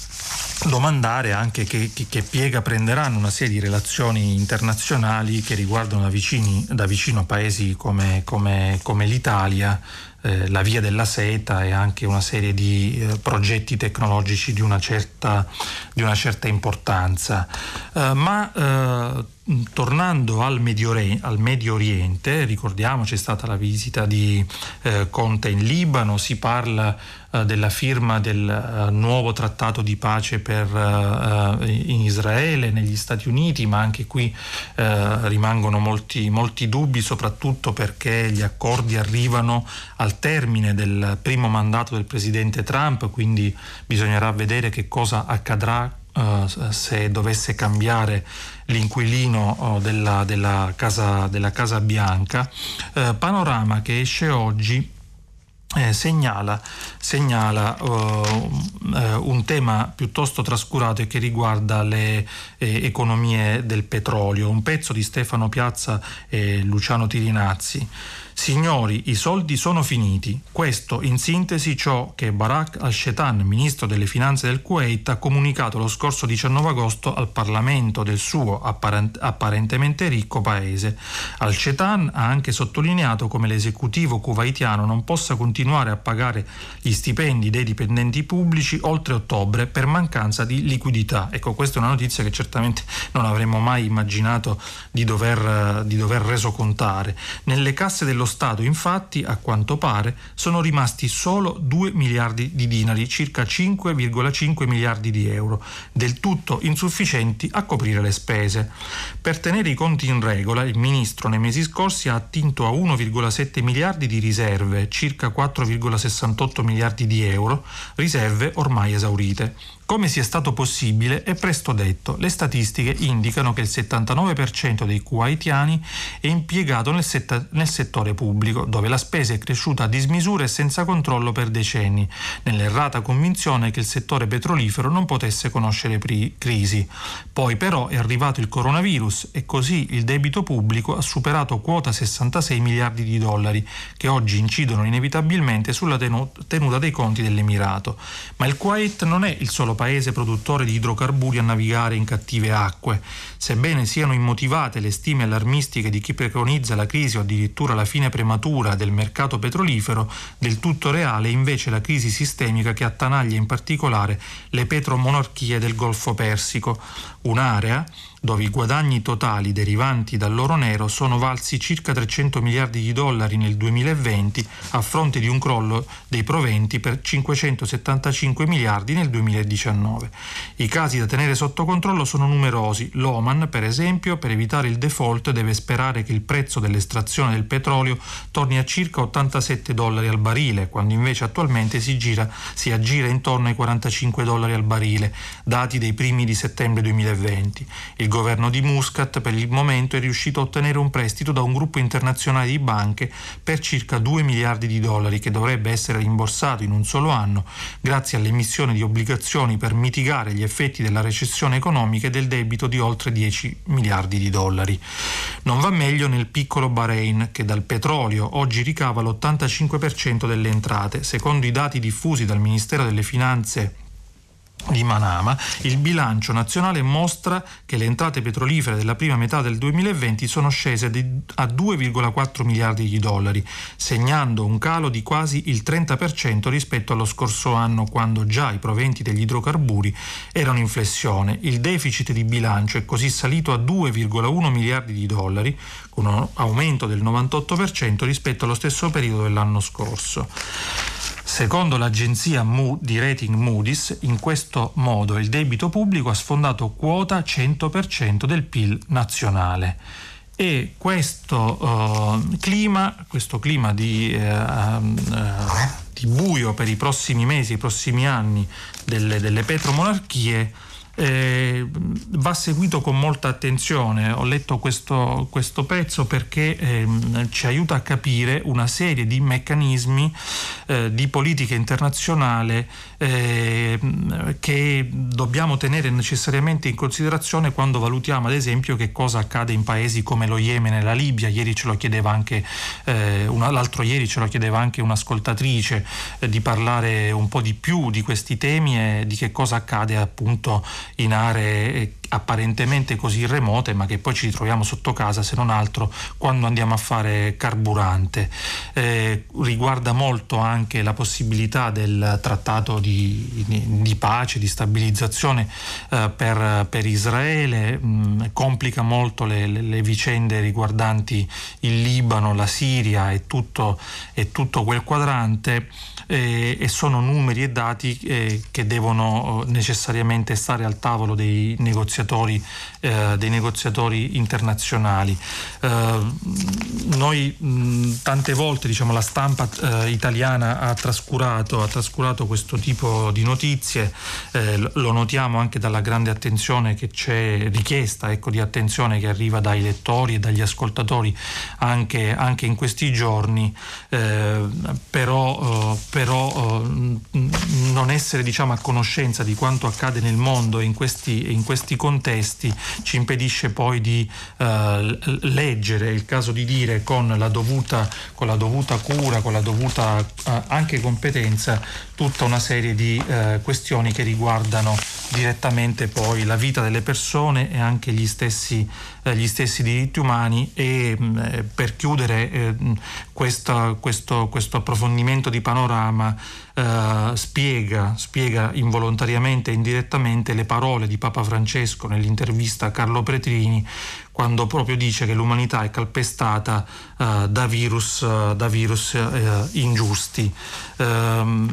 domandare anche che, che, che piega prenderanno una serie di relazioni internazionali che riguardano da, vicini, da vicino paesi come, come, come l'Italia, eh, la via della seta e anche una serie di eh, progetti tecnologici di una certa, di una certa importanza. Eh, ma eh, tornando al Medio, Oriente, al Medio Oriente, ricordiamo c'è stata la visita di eh, Conte in Libano, si parla eh, della firma del eh, nuovo trattato di pace per, eh, in Israele, negli Stati Uniti, ma anche qui eh, rimangono molti, molti dubbi, soprattutto perché gli accordi arrivano al termine del primo mandato del presidente Trump, quindi bisognerà vedere che cosa accadrà Uh, se dovesse cambiare l'inquilino uh, della, della, casa, della Casa Bianca. Uh, panorama che esce oggi eh, segnala, segnala uh, uh, un tema piuttosto trascurato e che riguarda le eh, economie del petrolio. Un pezzo di Stefano Piazza e Luciano Tirinazzi. Signori, i soldi sono finiti. Questo, in sintesi, ciò che Barak al-Shetan, ministro delle finanze del Kuwait, ha comunicato lo scorso diciannove agosto al Parlamento del suo apparent- apparentemente ricco paese. Al-Shetan ha anche sottolineato come l'esecutivo kuwaitiano non possa continuare a pagare gli stipendi dei dipendenti pubblici oltre ottobre per mancanza di liquidità. Ecco, questa è una notizia che certamente non avremmo mai immaginato di dover, di dover resocontare. Nelle casse dello Stato, infatti, a quanto pare, sono rimasti solo due miliardi di dinari, circa cinque virgola cinque miliardi di euro, del tutto insufficienti a coprire le spese. Per tenere i conti in regola, il ministro nei mesi scorsi ha attinto a uno virgola sette miliardi di riserve, circa quattro virgola sessantotto miliardi di euro, riserve ormai esaurite. Come sia stato possibile è presto detto. Le statistiche indicano che il settantanove per cento dei kuwaitiani è impiegato nel, set- nel settore pubblico, dove la spesa è cresciuta a dismisura e senza controllo per decenni, nell'errata convinzione che il settore petrolifero non potesse conoscere pri- crisi. Poi però è arrivato il coronavirus e così il debito pubblico ha superato quota sessantasei miliardi di dollari, che oggi incidono inevitabilmente sulla tenu- tenuta dei conti dell'Emirato. Ma il Kuwait non è il solo paese produttore di idrocarburi a navigare in cattive acque. Sebbene siano immotivate le stime allarmistiche di chi preconizza la crisi o addirittura la fine prematura del mercato petrolifero, del tutto reale è invece la crisi sistemica che attanaglia in particolare le petromonarchie del Golfo Persico. un'area dove i guadagni totali derivanti dall'oro nero sono valsi circa trecento miliardi di dollari nel duemilaventi, a fronte di un crollo dei proventi per cinquecentosettantacinque miliardi nel duemiladiciannove. I casi da tenere sotto controllo sono numerosi. L'Oman, per esempio, per evitare il default deve sperare che il prezzo dell'estrazione del petrolio torni a circa ottantasette dollari al barile, quando invece attualmente si, gira, si aggira intorno ai quarantacinque dollari al barile, dati dei primi di settembre duemilaventi. Il governo di Muscat per il momento è riuscito a ottenere un prestito da un gruppo internazionale di banche per circa due miliardi di dollari, che dovrebbe essere rimborsato in un solo anno grazie all'emissione di obbligazioni per mitigare gli effetti della recessione economica e del debito di oltre dieci miliardi di dollari. Non va meglio nel piccolo Bahrain, che dal petrolio oggi ricava l'ottantacinque per cento delle entrate. Secondo i dati diffusi dal Ministero delle Finanze di Manama, il bilancio nazionale mostra che le entrate petrolifere della prima metà del duemilaventi sono scese a due virgola quattro miliardi di dollari, segnando un calo di quasi il trenta per cento rispetto allo scorso anno, quando già i proventi degli idrocarburi erano in flessione. Il deficit di bilancio è così salito a due virgola uno miliardi di dollari, con un aumento del novantotto per cento rispetto allo stesso periodo dell'anno scorso. Secondo l'agenzia di rating Moody's, in questo modo il debito pubblico ha sfondato quota cento per cento del P I L nazionale. E questo uh, clima, questo clima di, uh, uh, di buio per i prossimi mesi, i prossimi anni delle, delle petromonarchie, Eh, va seguito con molta attenzione. Ho letto questo, questo pezzo perché eh, ci aiuta a capire una serie di meccanismi eh, di politica internazionale eh, che dobbiamo tenere necessariamente in considerazione quando valutiamo, ad esempio, che cosa accade in paesi come lo Yemen e la Libia. Ieri ce lo chiedeva anche eh, una, l'altro ieri ce lo chiedeva anche un'ascoltatrice, eh, di parlare un po' di più di questi temi e di che cosa accade appunto in aree apparentemente così remote, ma che poi ci ritroviamo sotto casa, se non altro quando andiamo a fare carburante. Eh, riguarda molto anche la possibilità del trattato di, di, di pace, di stabilizzazione eh, per, per Israele, mh, complica molto le, le, le vicende riguardanti il Libano, la Siria e tutto, e tutto quel quadrante. Eh, e sono numeri e dati eh, che devono necessariamente stare al tavolo dei negoziatori, eh, dei negoziatori internazionali. Eh, noi mh, tante volte, diciamo, la stampa eh, italiana ha trascurato, ha trascurato questo tipo di notizie, eh, lo notiamo anche dalla grande attenzione che c'è, richiesta ecco, di attenzione che arriva dai lettori e dagli ascoltatori anche, anche in questi giorni, eh, però eh, però uh, non essere, diciamo, a conoscenza di quanto accade nel mondo in questi, in questi contesti ci impedisce poi di uh, leggere, è il caso di dire, con la dovuta, con la dovuta cura, con la dovuta uh, anche competenza, tutta una serie di uh, questioni che riguardano direttamente poi la vita delle persone e anche gli stessi, eh, gli stessi diritti umani. E mh, per chiudere eh, questa, questo, questo approfondimento di panorama eh, spiega, spiega involontariamente e indirettamente le parole di Papa Francesco nell'intervista a Carlo Petrini, quando proprio dice che l'umanità è calpestata uh, da virus, uh, da virus uh, ingiusti. Um,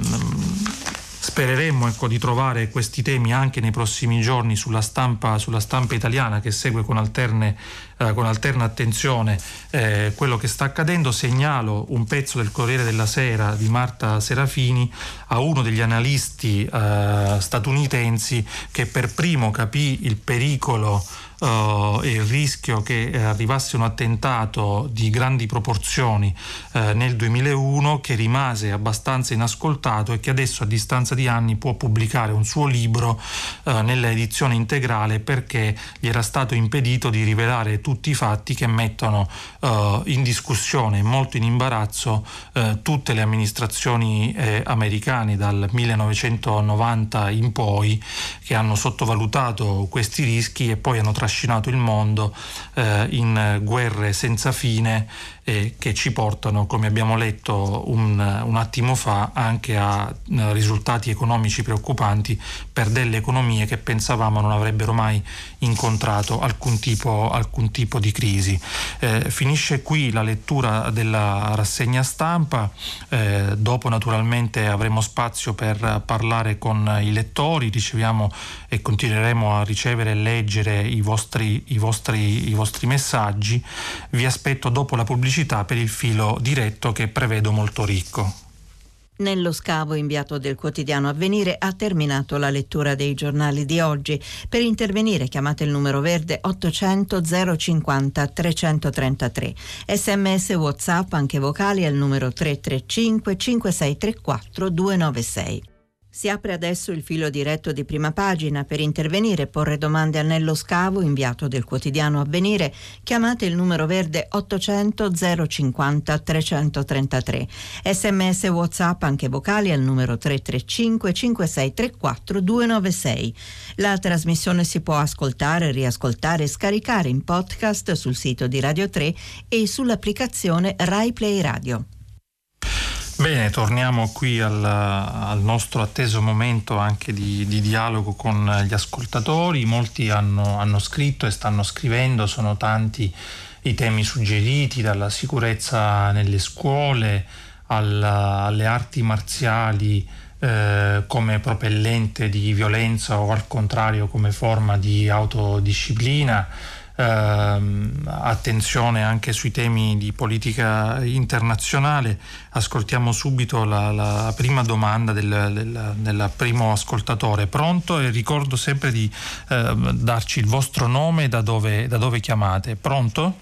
Spereremmo ecco, di trovare questi temi anche nei prossimi giorni sulla stampa, sulla stampa italiana, che segue con, alterne, eh, con alterna attenzione eh, quello che sta accadendo. Segnalo un pezzo del Corriere della Sera di Marta Serafini a uno degli analisti eh, statunitensi che per primo capì il pericolo Uh, e il rischio che eh, arrivasse un attentato di grandi proporzioni eh, nel duemilauno, che rimase abbastanza inascoltato e che adesso, a distanza di anni, può pubblicare un suo libro eh, nella edizione integrale, perché gli era stato impedito di rivelare tutti i fatti che mettono eh, in discussione e molto in imbarazzo eh, tutte le amministrazioni eh, americane dal millenovecentonovanta in poi, che hanno sottovalutato questi rischi e poi hanno trascinato il mondo eh, in guerre senza fine e che ci portano, come abbiamo letto un, un attimo fa, anche a uh, risultati economici preoccupanti per delle economie che pensavamo non avrebbero mai incontrato alcun tipo, alcun tipo di crisi. Eh, finisce qui la lettura della rassegna stampa, eh, dopo naturalmente avremo spazio per parlare con i lettori, riceviamo e continueremo a ricevere e leggere i vostri, i vostri, i vostri messaggi. Vi aspetto dopo la pubblicità per il filo diretto, che prevedo molto ricco. Nello Scavo, inviato del quotidiano Avvenire, ha terminato la lettura dei giornali di oggi. Per intervenire chiamate il numero verde ottocento zero cinquanta trecentotrentatré. Sms WhatsApp anche vocali al numero tre tre cinque cinque sei tre quattro due nove sei. Si apre adesso il filo diretto di Prima Pagina. Per intervenire e porre domande a Nello Scavo, inviato del quotidiano Avvenire, chiamate il numero verde ottocento zero cinquanta trecentotrentatré. Sms WhatsApp anche vocali al numero tre tre cinque cinque sei tre quattro due nove sei. La trasmissione si può ascoltare, riascoltare e scaricare in podcast sul sito di Radio tre e sull'applicazione Rai Play Radio. Bene, torniamo qui al, al nostro atteso momento anche di, di dialogo con gli ascoltatori. Molti hanno, hanno scritto e stanno scrivendo, sono tanti i temi suggeriti, dalla sicurezza nelle scuole alla, alle arti marziali eh, come propellente di violenza o al contrario come forma di autodisciplina. Uh, attenzione anche sui temi di politica internazionale. Ascoltiamo subito la, la prima domanda del, del, del primo ascoltatore. Pronto? E ricordo sempre di uh, darci il vostro nome e da dove, da dove chiamate. Pronto?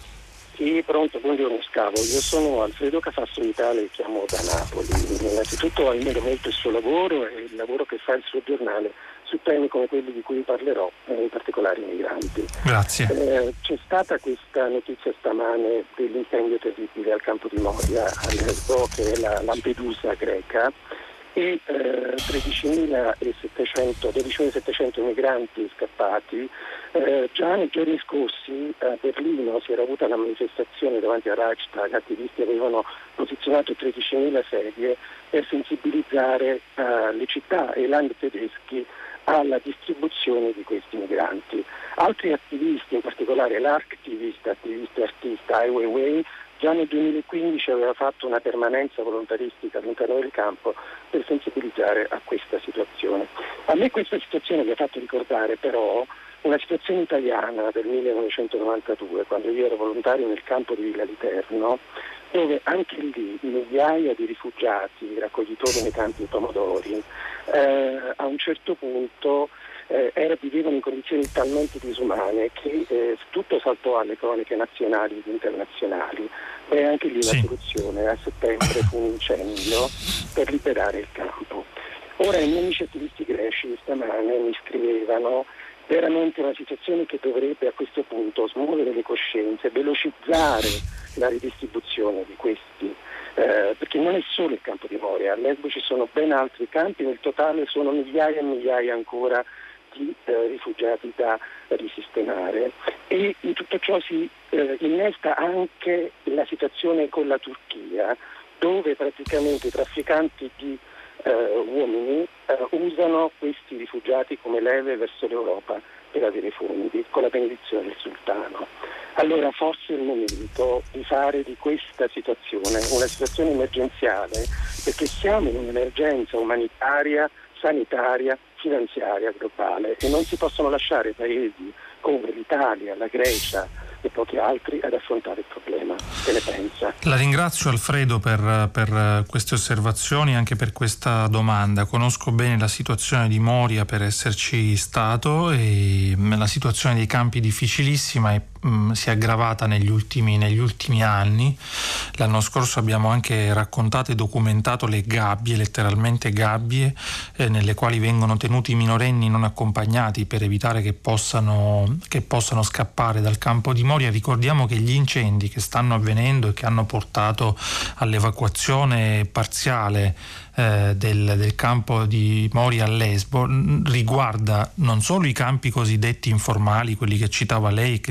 Sì, pronto, buongiorno Scavo. Io sono Alfredo Cafasso Vitale e chiamo da Napoli. Innanzitutto ammiro molto il suo lavoro e il lavoro che fa il suo giornale su temi come quelli di cui parlerò, in particolare i migranti. Grazie. Eh, c'è stata questa notizia stamane dell'incendio terribile al campo di Moria, a Lesbo, che è la Lampedusa greca, e eh, tredicimilasettecento migranti scappati. Eh, già nei giorni scorsi a Berlino si era avuta la manifestazione davanti al Reichstag. Attivisti avevano posizionato tredicimila sedie per sensibilizzare eh, le città e i land tedeschi alla distribuzione di questi migranti. Altri attivisti, in particolare l'Arctivist, attivista e artista Ai Weiwei, già nel duemilaquindici aveva fatto una permanenza volontaristica all'interno del campo per sensibilizzare a questa situazione. A me questa situazione mi ha fatto ricordare però una situazione italiana del millenovecentonovantadue, quando io ero volontario nel campo di Villa Literno, dove anche lì migliaia di rifugiati, raccoglitori nei campi di pomodori, eh, a un certo punto eh, era, vivevano in condizioni talmente disumane che eh, tutto saltò alle croniche nazionali ed internazionali. E anche lì sì. La soluzione a settembre fu un incendio per liberare il campo. Ora i miei amici attivisti greci stamane mi scrivevano veramente una situazione che dovrebbe a questo punto smuovere le coscienze, velocizzare la ridistribuzione di questi, eh, perché non è solo il campo di Moria, a Lesbo ci sono ben altri campi, nel totale sono migliaia e migliaia ancora di eh, rifugiati da risistemare, e in tutto ciò si eh, innesta anche la situazione con la Turchia, dove praticamente i trafficanti di Uh, uomini uh, usano questi rifugiati come leve verso l'Europa per avere fondi, con la benedizione del sultano. Allora forse è il momento di fare di questa situazione una situazione emergenziale, perché siamo in un'emergenza umanitaria, sanitaria, finanziaria globale, e non si possono lasciare paesi come l'Italia, la Grecia e pochi altri ad affrontare il problema. Che ne pensa? La ringrazio Alfredo per, per queste osservazioni e anche per questa domanda. Conosco bene la situazione di Moria per esserci stato, e la situazione dei campi difficilissima e mh, si è aggravata negli ultimi, negli ultimi anni. L'anno scorso abbiamo anche raccontato e documentato le gabbie, letteralmente gabbie, eh, nelle quali vengono tenuti i minorenni non accompagnati per evitare che possano, che possano scappare dal campo di Moria. Ricordiamo che gli incendi che stanno avvenendo e che hanno portato all'evacuazione parziale eh, del, del campo di Moria a Lesbo riguarda non solo i campi cosiddetti informali, quelli che citava lei, che sono cresciuti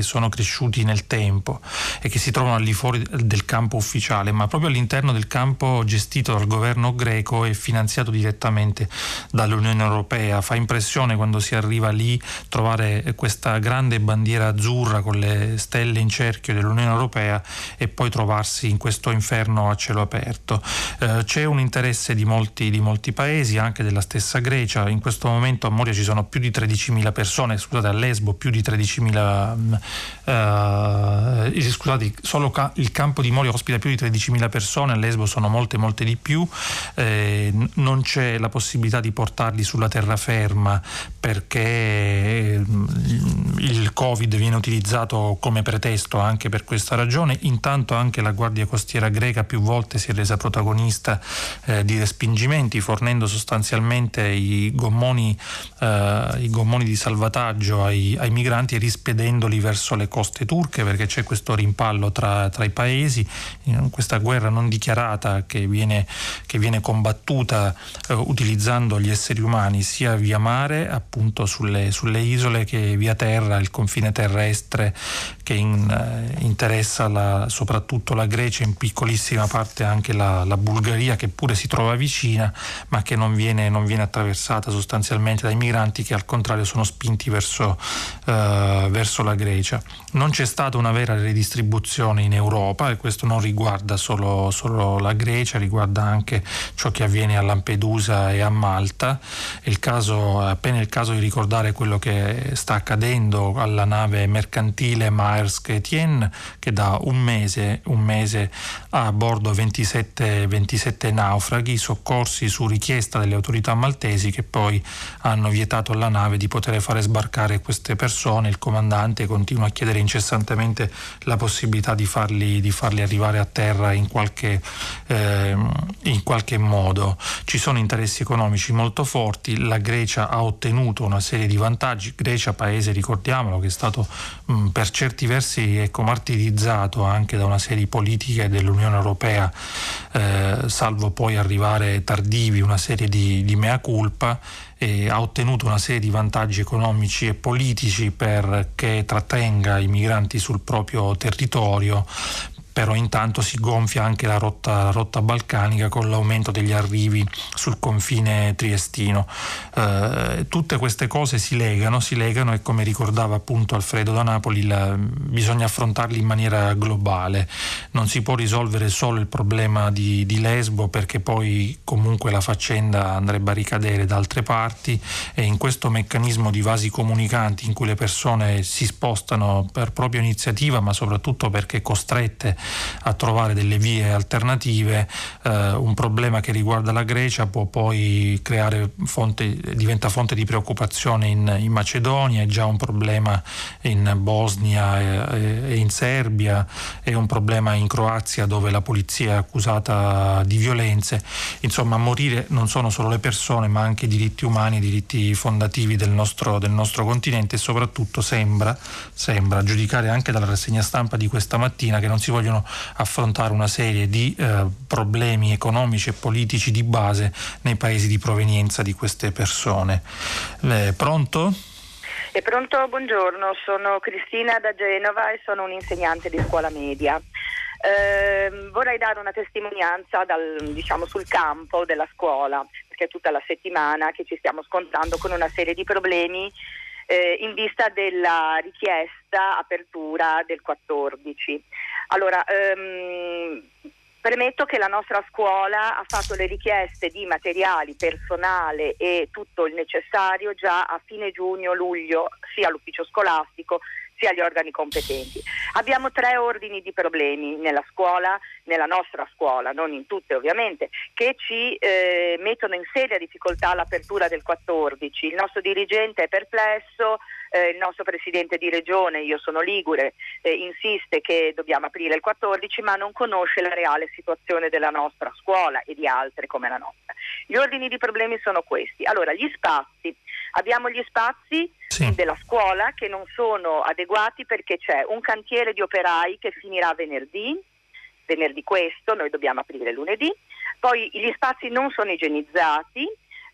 cresciuti nel tempo e che si trovano al di fuori del campo ufficiale, ma proprio all'interno del campo gestito dal governo greco e finanziato direttamente dall'Unione Europea. Fa impressione quando si arriva lì trovare questa grande bandiera azzurra con le stelle in cerchio dell'Unione Europea e poi trovarsi in questo inferno a cielo aperto. Eh, c'è un interesse di molti, di molti paesi, anche della stessa Grecia. In questo momento a Moria ci sono più di tredicimila persone, scusate, a Lesbo più di tredicimila, eh, scusate, solo ca- il campo di Moria ospita più di tredicimila persone, a Lesbo sono molte molte di più. Eh, non c'è la possibilità di portarli sulla terraferma perché il Covid viene utilizzato come pretesto anche per questa ragione. Intanto anche la Guardia Costiera greca più volte si è resa protagonista eh, di respingimenti, fornendo sostanzialmente i gommoni, eh, i gommoni di salvataggio ai, ai migranti e rispedendoli verso le coste turche, perché c'è questo rimpallo tra, tra i paesi, in questa guerra non dichiarata che viene, che viene combattuta eh, utilizzando gli esseri umani sia via mare, appunto sulle, sulle isole, che via terra, il confine terrestre che in, eh, interessa la, soprattutto la Grecia, in piccolissima parte anche la, la Bulgaria, che pure si trova vicina ma che non viene, non viene attraversata sostanzialmente dai migranti, che al contrario sono spinti verso, eh, verso la Grecia. Non c'è stata una vera redistribuzione in Europa e questo non riguarda solo, solo la Grecia, riguarda anche ciò che avviene a Lampedusa e a Malta. È il caso, è appena il caso di ricordare quello che sta accadendo alla nave mercantile Maersk Etienne, che da un mese, un mese ha a bordo ventisette, ventisette naufraghi soccorsi su richiesta delle autorità maltesi, che poi hanno vietato alla nave di poter fare sbarcare queste persone. Il comandante continua a chiedere incessantemente la possibilità di farli, di farli arrivare a terra in qualche, eh, in qualche modo. Ci sono interessi economici molto forti, la Grecia ha ottenuto una serie di vantaggi. Grecia, paese, ricordiamolo, che è stato mh, per certi versi ecco, martirizzato anche da una serie di politiche dell'Unione Europea, eh, salvo poi arrivare tardivi una serie di, di mea culpa, e ha ottenuto una serie di vantaggi economici e politici perché trattenga i migranti sul proprio territorio. Però intanto si gonfia anche la rotta, la rotta balcanica con l'aumento degli arrivi sul confine triestino. Eh, tutte queste cose si legano, si legano e, come ricordava appunto Alfredo da Napoli, la, bisogna affrontarli in maniera globale. Non si può risolvere solo il problema di, di Lesbo, perché poi comunque la faccenda andrebbe a ricadere da altre parti, e in questo meccanismo di vasi comunicanti in cui le persone si spostano per propria iniziativa, ma soprattutto perché costrette a trovare delle vie alternative, eh, un problema che riguarda la Grecia può poi creare fonte, diventa fonte di preoccupazione in, in Macedonia, è già un problema in Bosnia e, e in Serbia, è un problema in Croazia dove la polizia è accusata di violenze. Insomma, a morire non sono solo le persone ma anche i diritti umani, i diritti fondativi del nostro, del nostro continente, e soprattutto sembra, sembra, a giudicare anche dalla rassegna stampa di questa mattina, che non si vogliono affrontare una serie di eh, problemi economici e politici di base nei paesi di provenienza di queste persone. Eh, pronto? È pronto, buongiorno, sono Cristina da Genova e sono un'insegnante di scuola media. Eh, vorrei dare una testimonianza dal, diciamo, sul campo della scuola, perché è tutta la settimana che ci stiamo scontrando con una serie di problemi Eh, in vista della richiesta apertura del quattordici. Allora, ehm, premetto che la nostra scuola ha fatto le richieste di materiali, personale e tutto il necessario già a fine giugno-luglio, sia all'ufficio scolastico sia agli organi competenti. Abbiamo tre ordini di problemi nella scuola, nella nostra scuola, non in tutte ovviamente, che ci eh, mettono in seria difficoltà l'apertura del quattordici. Il nostro dirigente è perplesso, eh, il nostro presidente di regione, io sono ligure, eh, insiste che dobbiamo aprire il quattordici, ma non conosce la reale situazione della nostra scuola e di altre come la nostra. Gli ordini di problemi sono questi. Allora, gli spazi. Abbiamo gli spazi sì. della scuola che non sono adeguati perché c'è un cantiere di operai che finirà venerdì, venerdì questo, noi dobbiamo aprire lunedì, poi gli spazi non sono igienizzati,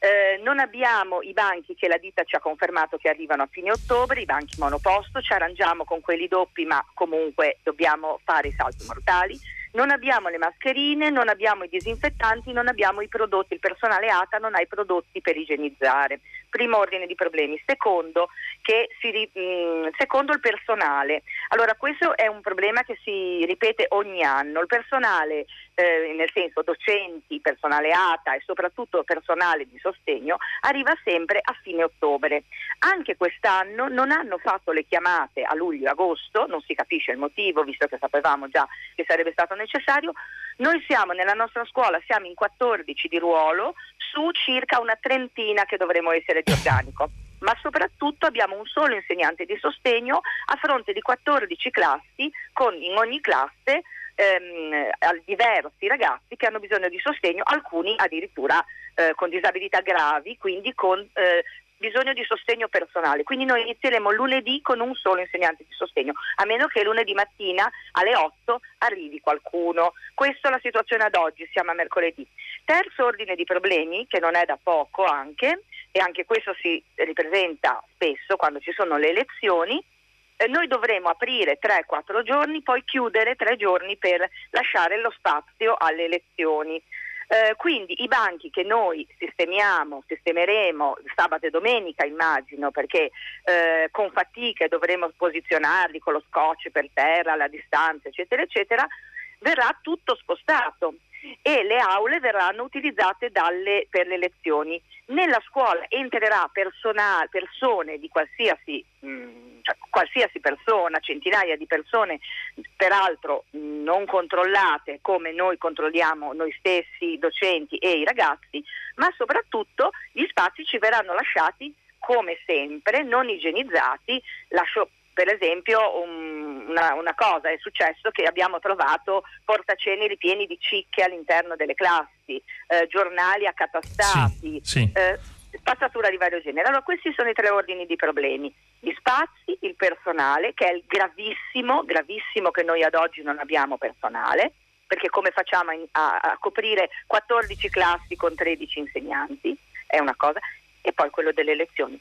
Eh, non abbiamo i banchi che la ditta ci ha confermato che arrivano a fine ottobre, i banchi monoposto, ci arrangiamo con quelli doppi, ma comunque dobbiamo fare i salti mortali. Non abbiamo le mascherine, non abbiamo i disinfettanti, non abbiamo i prodotti, il personale A T A non ha i prodotti per igienizzare. Primo ordine di problemi. Secondo, che si, mh, secondo il personale. Allora, questo è un problema che si ripete ogni anno. Il personale, eh, nel senso docenti, personale A T A e soprattutto personale di sostegno, arriva sempre a fine ottobre. Anche quest'anno non hanno fatto le chiamate a luglio e agosto, non si capisce il motivo, visto che sapevamo già che sarebbe stato necessario. Noi siamo nella nostra scuola, siamo in quattordici di ruolo su circa una trentina che dovremo essere di organico, ma soprattutto abbiamo un solo insegnante di sostegno a fronte di quattordici classi, con in ogni classe ehm, diversi ragazzi che hanno bisogno di sostegno, alcuni addirittura eh, con disabilità gravi, quindi con eh, bisogno di sostegno personale. Quindi noi inizieremo lunedì con un solo insegnante di sostegno, a meno che lunedì mattina alle otto arrivi qualcuno. Questa è la situazione ad oggi, siamo a mercoledì. Terzo ordine di problemi, che non è da poco anche, e anche questo si ripresenta spesso quando ci sono le elezioni, eh, noi dovremo aprire tre quattro giorni, poi chiudere tre giorni per lasciare lo spazio alle elezioni. Eh, quindi i banchi che noi sistemiamo, sistemeremo sabato e domenica, immagino, perché eh, con fatiche dovremo posizionarli con lo scotch per terra, la distanza, eccetera, eccetera, verrà tutto spostato e le aule verranno utilizzate dalle, per le lezioni. Nella scuola entrerà persona, persone di qualsiasi, mh, cioè, qualsiasi persona, centinaia di persone, peraltro mh, non controllate come noi controlliamo noi stessi, docenti e i ragazzi, ma soprattutto gli spazi ci verranno lasciati come sempre, non igienizzati. Lascio per esempio un, una, una cosa, è successo che abbiamo trovato portaceneri pieni di cicche all'interno delle classi, eh, giornali accatastati, sì, sì. Eh, spazzatura di vario genere. Allora questi sono i tre ordini di problemi: gli spazi, il personale, che è il gravissimo, gravissimo che noi ad oggi non abbiamo personale, perché come facciamo a, a coprire quattordici classi con tredici insegnanti? È una cosa. E poi quello delle lezioni.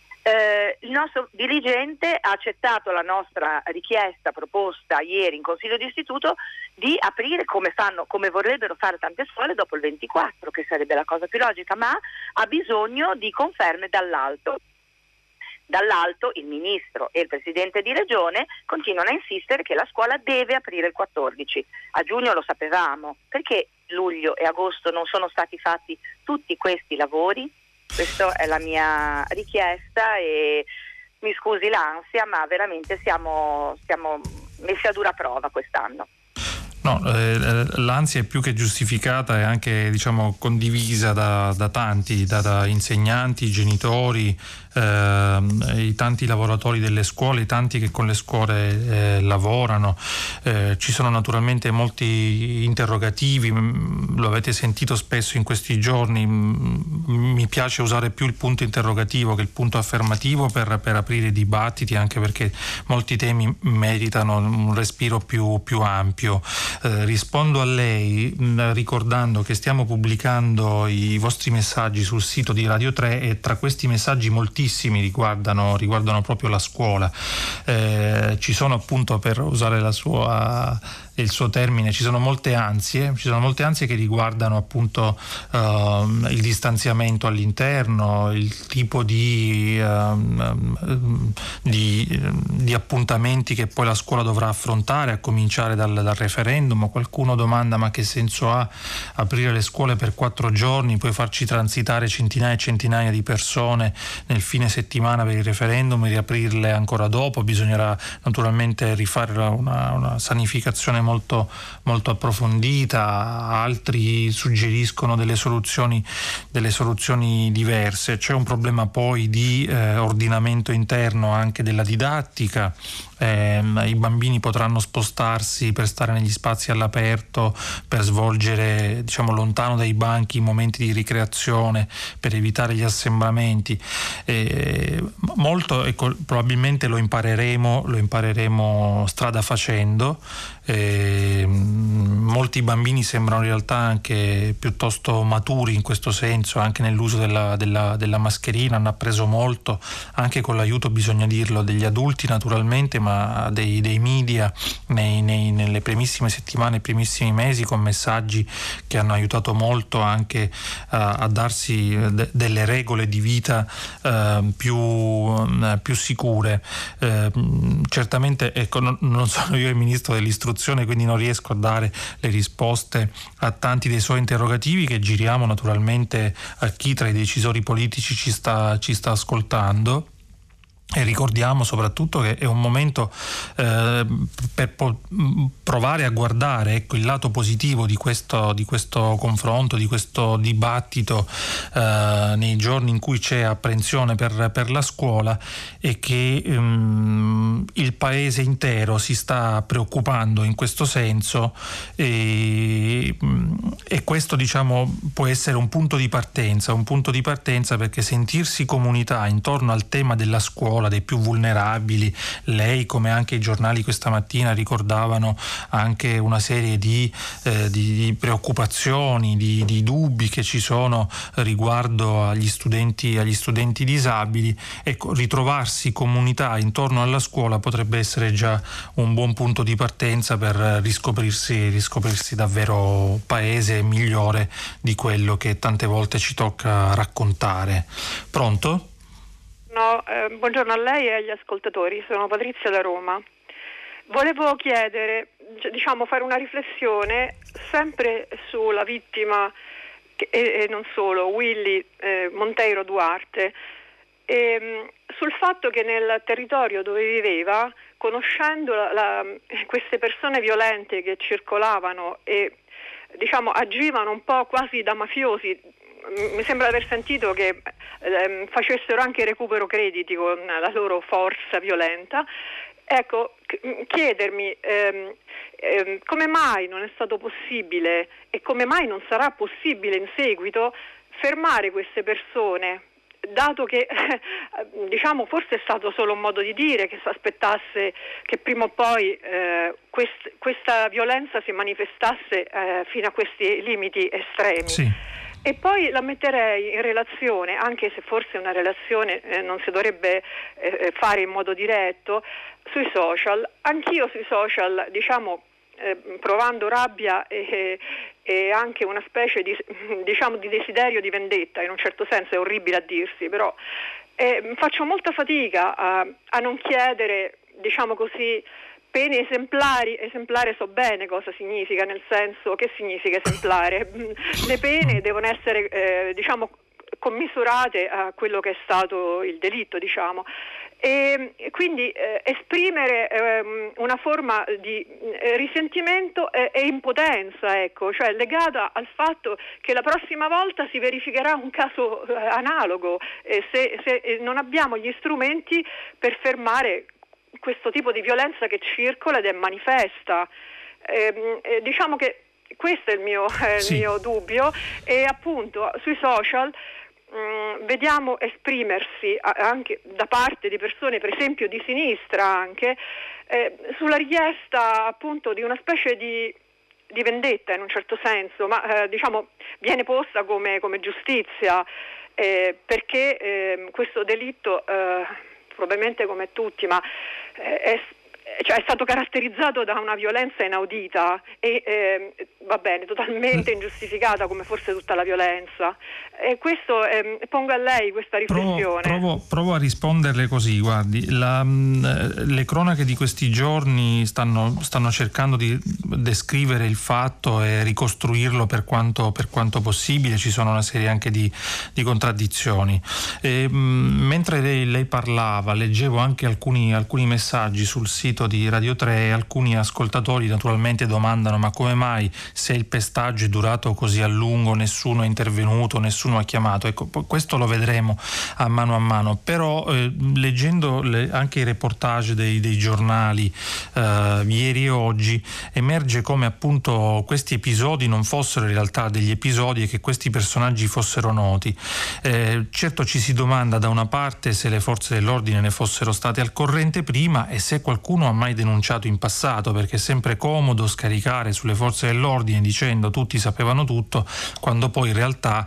Eh, il nostro dirigente ha accettato la nostra richiesta proposta ieri in Consiglio di Istituto di aprire come fanno, come vorrebbero fare tante scuole dopo il ventiquattro, che sarebbe la cosa più logica, ma ha bisogno di conferme dall'alto. Dall'alto il ministro e il presidente di regione continuano a insistere che la scuola deve aprire il quattordici. A giugno lo sapevamo, perché luglio e agosto non sono stati fatti tutti questi lavori? Questa è la mia richiesta e mi scusi l'ansia, ma veramente siamo, siamo messi a dura prova quest'anno. No, eh, l'ansia è più che giustificata e anche, diciamo, condivisa da, da tanti, da, da insegnanti, genitori, eh, i tanti lavoratori delle scuole, i tanti che con le scuole eh, lavorano. Eh, ci sono naturalmente molti interrogativi, lo avete sentito spesso in questi giorni. Mi piace usare più il punto interrogativo che il punto affermativo per, per aprire i dibattiti, anche perché molti temi meritano un respiro più, più ampio. Eh, rispondo a lei mh, ricordando che stiamo pubblicando i vostri messaggi sul sito di Radio tre e tra questi messaggi moltissimi riguardano, riguardano proprio la scuola. Eh, ci sono, appunto, per usare la sua il suo termine, ci sono molte ansie, ci sono molte ansie che riguardano appunto uh, il distanziamento all'interno, il tipo di, uh, di, di appuntamenti che poi la scuola dovrà affrontare, a cominciare dal, dal referendum. Qualcuno domanda: ma che senso ha aprire le scuole per quattro giorni, poi farci transitare centinaia e centinaia di persone nel fine settimana per il referendum e riaprirle ancora dopo? Bisognerà naturalmente rifare una, una sanificazione molto, molto approfondita. Altri suggeriscono delle soluzioni, delle soluzioni diverse. C'è un problema poi di eh, ordinamento interno anche della didattica. Eh, i bambini potranno spostarsi per stare negli spazi all'aperto, per svolgere, diciamo, lontano dai banchi, momenti di ricreazione, per evitare gli assembramenti. Eh, molto, ecco, probabilmente lo impareremo, lo impareremo strada facendo. Eh, e molti bambini sembrano in realtà anche piuttosto maturi in questo senso, anche nell'uso della, della, della mascherina. Hanno appreso molto, anche con l'aiuto, bisogna dirlo, degli adulti naturalmente, ma dei, dei media nei, nei, nelle primissime settimane, primissimi mesi, con messaggi che hanno aiutato molto anche uh, a darsi de- delle regole di vita uh, più, uh, più sicure. Uh, certamente, ecco, non, non sono io il ministro dell'istruzione, quindi non riesco a dare le risposte a tanti dei suoi interrogativi, che giriamo naturalmente a chi tra i decisori politici ci sta, ci sta ascoltando. E ricordiamo soprattutto che è un momento eh, per po- provare a guardare, ecco, il lato positivo di questo, di questo confronto, di questo dibattito eh, nei giorni in cui c'è apprensione per, per la scuola, e che um, il paese intero si sta preoccupando in questo senso, e, e questo, diciamo, può essere un punto di partenza, un punto di partenza perché sentirsi comunità intorno al tema della scuola, dei più vulnerabili. Lei, come anche i giornali questa mattina, ricordavano anche una serie di, eh, di, di preoccupazioni, di, di dubbi che ci sono riguardo agli studenti, agli studenti disabili. Ecco, ritrovarsi comunità intorno alla scuola potrebbe essere già un buon punto di partenza per riscoprirsi, riscoprirsi davvero paese migliore di quello che tante volte ci tocca raccontare. Pronto? No, eh, buongiorno a lei e agli ascoltatori, sono Patrizia da Roma. Volevo chiedere, diciamo, fare una riflessione sempre sulla vittima che, e, e non solo, Willy eh, Monteiro Duarte, e, sul fatto che nel territorio dove viveva, conoscendo la, la, queste persone violente che circolavano e, diciamo, agivano un po' quasi da mafiosi, mi sembra di aver sentito che eh, facessero anche recupero crediti con la loro forza violenta. Ecco, chiedermi ehm, ehm, come mai non è stato possibile e come mai non sarà possibile in seguito fermare queste persone, dato che eh, diciamo forse è stato solo un modo di dire, che si aspettasse che prima o poi eh, quest- questa violenza si manifestasse eh, fino a questi limiti estremi. Sì. E poi la metterei in relazione, anche se forse una relazione eh, non si dovrebbe eh, fare in modo diretto, sui social. Anch'io sui social, diciamo, eh, provando rabbia e, e anche una specie di, diciamo, di desiderio di vendetta, in un certo senso è orribile a dirsi, però eh, faccio molta fatica a, a non chiedere, diciamo così, pene esemplari. Esemplare so bene cosa significa, nel senso, che significa esemplare? Le pene devono essere eh, diciamo commisurate a quello che è stato il delitto, diciamo, e quindi eh, esprimere eh, una forma di eh, risentimento e, e impotenza, ecco, cioè legata al fatto che la prossima volta si verificherà un caso eh, analogo, eh, se, se non abbiamo gli strumenti per fermare questo tipo di violenza che circola ed è manifesta. Eh, eh, diciamo che questo è il mio, eh, sì. il mio dubbio, e appunto sui social mh, vediamo esprimersi a, anche da parte di persone, per esempio di sinistra anche, eh, sulla richiesta appunto di una specie di, di vendetta, in un certo senso, ma eh, diciamo viene posta come, come giustizia, eh, perché eh, questo delitto eh, probabilmente come tutti, ma eh, è, cioè è stato caratterizzato da una violenza inaudita e eh, va bene, totalmente ingiustificata, come forse tutta la violenza. E questo eh, pongo a lei questa riflessione. Provo, provo, provo a risponderle così, guardi, la, le cronache di questi giorni stanno, stanno cercando di descrivere il fatto e ricostruirlo per quanto, per quanto possibile. Ci sono una serie anche di, di contraddizioni. E, mh, mentre lei, lei parlava, leggevo anche alcuni, alcuni messaggi sul sito di Radio tre, e alcuni ascoltatori naturalmente domandano: ma come mai, se il pestaggio è durato così a lungo, nessuno è intervenuto, nessuno ha chiamato? Ecco, questo lo vedremo a mano a mano, però eh, leggendo le, anche i reportage dei, dei giornali eh, ieri e oggi, emerge come appunto questi episodi non fossero in realtà degli episodi e che questi personaggi fossero noti. Eh, certo, ci si domanda da una parte se le forze dell'ordine ne fossero state al corrente prima e se qualcuno nessuno ha mai denunciato in passato, perché è sempre comodo scaricare sulle forze dell'ordine dicendo tutti sapevano tutto, quando poi in realtà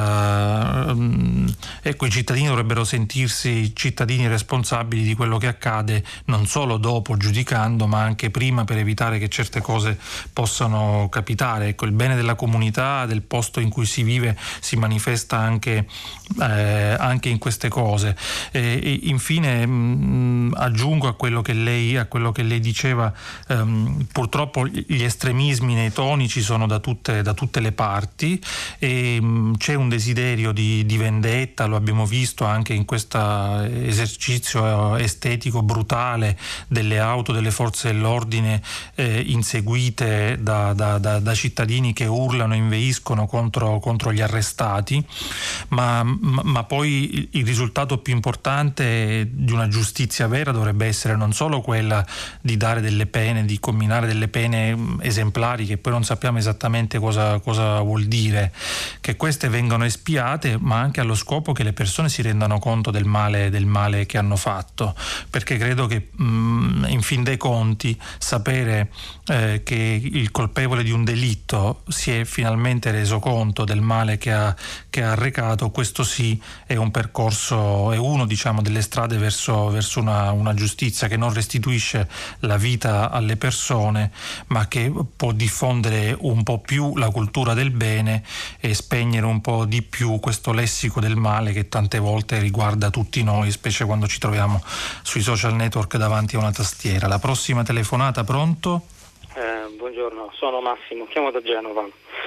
eh, ecco, i cittadini dovrebbero sentirsi cittadini responsabili di quello che accade, non solo dopo giudicando, ma anche prima, per evitare che certe cose possano capitare. Ecco, il bene della comunità, del posto in cui si vive, si manifesta anche, eh, anche in queste cose. E, e infine mh, aggiungo a quello che lei, a quello che lei diceva, ehm, purtroppo gli estremismi nei toni ci sono da tutte, da tutte le parti, e mh, c'è un desiderio di, di vendetta, lo abbiamo visto anche in questo esercizio estetico brutale delle auto delle forze dell'ordine eh, inseguite da, da, da, da cittadini che urlano e inveiscono contro, contro gli arrestati, ma, ma, ma poi il risultato più importante di una giustizia vera dovrebbe essere non solo quella di dare delle pene, di comminare delle pene esemplari, che poi non sappiamo esattamente cosa, cosa vuol dire, che queste vengano espiate, ma anche allo scopo che le persone si rendano conto del male, del male che hanno fatto, perché credo che mh, in fin dei conti sapere eh, che il colpevole di un delitto si è finalmente reso conto del male che ha, che ha arrecato, questo sì è un percorso, è uno diciamo delle strade verso, verso una, una giustizia che non restituisce la vita alle persone, ma che può diffondere un po' più la cultura del bene e spegnere un po' di più questo lessico del male che tante volte riguarda tutti noi, specie quando ci troviamo sui social network davanti a una tastiera. La prossima telefonata, pronto? Eh, buongiorno, sono Massimo, chiamo da Genova.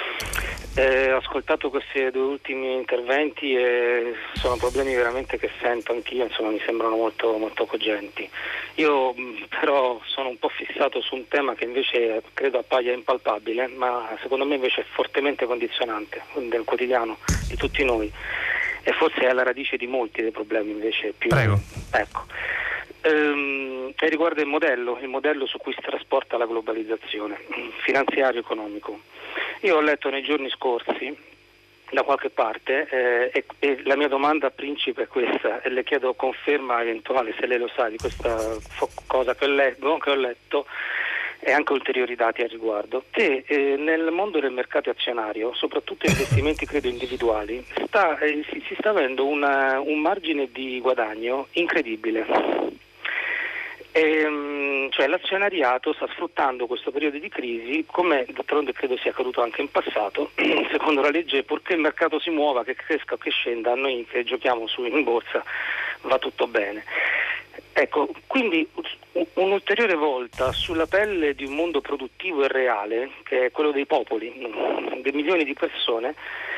Eh, ho ascoltato questi due ultimi interventi e sono problemi veramente che sento anch'io, insomma mi sembrano molto, molto cogenti. Io però sono un po' fissato su un tema che invece credo appaia impalpabile, ma secondo me invece è fortemente condizionante del quotidiano di tutti noi, e forse è alla radice di molti dei problemi invece più. Prego. Ecco. Ehm, e riguarda il modello, il modello su cui si trasporta la globalizzazione finanziario economico. Io ho letto nei giorni scorsi da qualche parte eh, e, e la mia domanda principe è questa, e le chiedo conferma eventuale, se lei lo sa, di questa fo- cosa che ho, letto, che ho letto e anche ulteriori dati al riguardo. Che eh, nel mondo del mercato azionario, soprattutto investimenti credo individuali, sta, eh, si, si sta avendo una, un margine di guadagno incredibile. E, cioè l'azionariato sta sfruttando questo periodo di crisi, come d'altronde credo sia accaduto anche in passato, secondo la legge, purché il mercato si muova, che cresca o che scenda, a noi che giochiamo su in borsa va tutto bene. Ecco, quindi un'ulteriore volta sulla pelle di un mondo produttivo e reale, che è quello dei popoli, dei milioni di persone,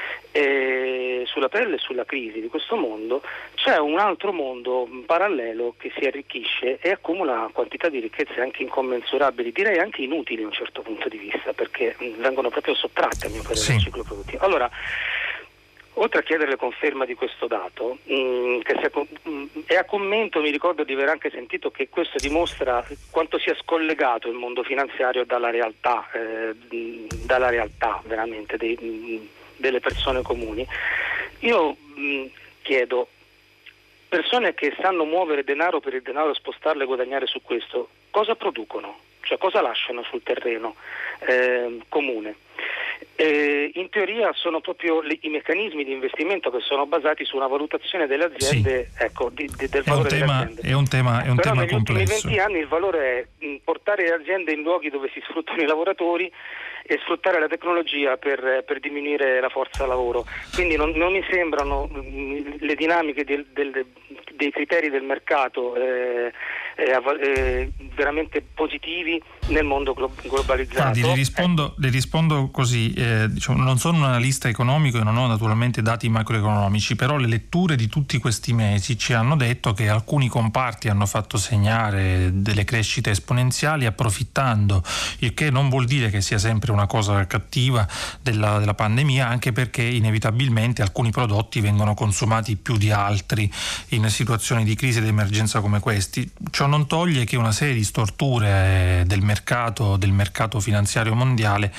e sulla pelle e sulla crisi di questo mondo c'è un altro mondo parallelo che si arricchisce e accumula una quantità di ricchezze anche incommensurabili, direi anche inutili a un certo punto di vista, perché vengono proprio sottratte a mio parere sì. dal ciclo produttivo. Allora, oltre a chiedere conferma di questo dato, mh, che sia, mh, e a commento mi ricordo di aver anche sentito che questo dimostra quanto sia scollegato il mondo finanziario dalla realtà, eh, dalla realtà veramente dei, mh, delle persone comuni. Io mh, chiedo, persone che sanno muovere denaro per il denaro, spostarlo e guadagnare su questo, cosa producono? Cioè cosa lasciano sul terreno eh, comune? Eh, in teoria sono proprio le, i meccanismi di investimento che sono basati su una valutazione delle aziende, sì. ecco, di, di, del è valore un tema, delle aziende. È un tema, è un Però tema negli complesso. ultimi venti anni il valore è mh, portare le aziende in luoghi dove si sfruttano i lavoratori e sfruttare la tecnologia per, per diminuire la forza lavoro. Quindi non, non mi sembrano mh, le dinamiche del, del, dei criteri del mercato eh, eh, eh, veramente positivi nel mondo glo- globalizzato. Guardi, le rispondo, le rispondo così, eh, diciamo, non sono un analista economico e non ho naturalmente dati macroeconomici, però le letture di tutti questi mesi ci hanno detto che alcuni comparti hanno fatto segnare delle crescite esponenziali approfittando, il che non vuol dire che sia sempre una cosa cattiva della, della pandemia, anche perché inevitabilmente alcuni prodotti vengono consumati più di altri in situazioni di crisi ed emergenza come questi. Ciò non toglie che una serie di storture del mercato, del mercato finanziario mondiale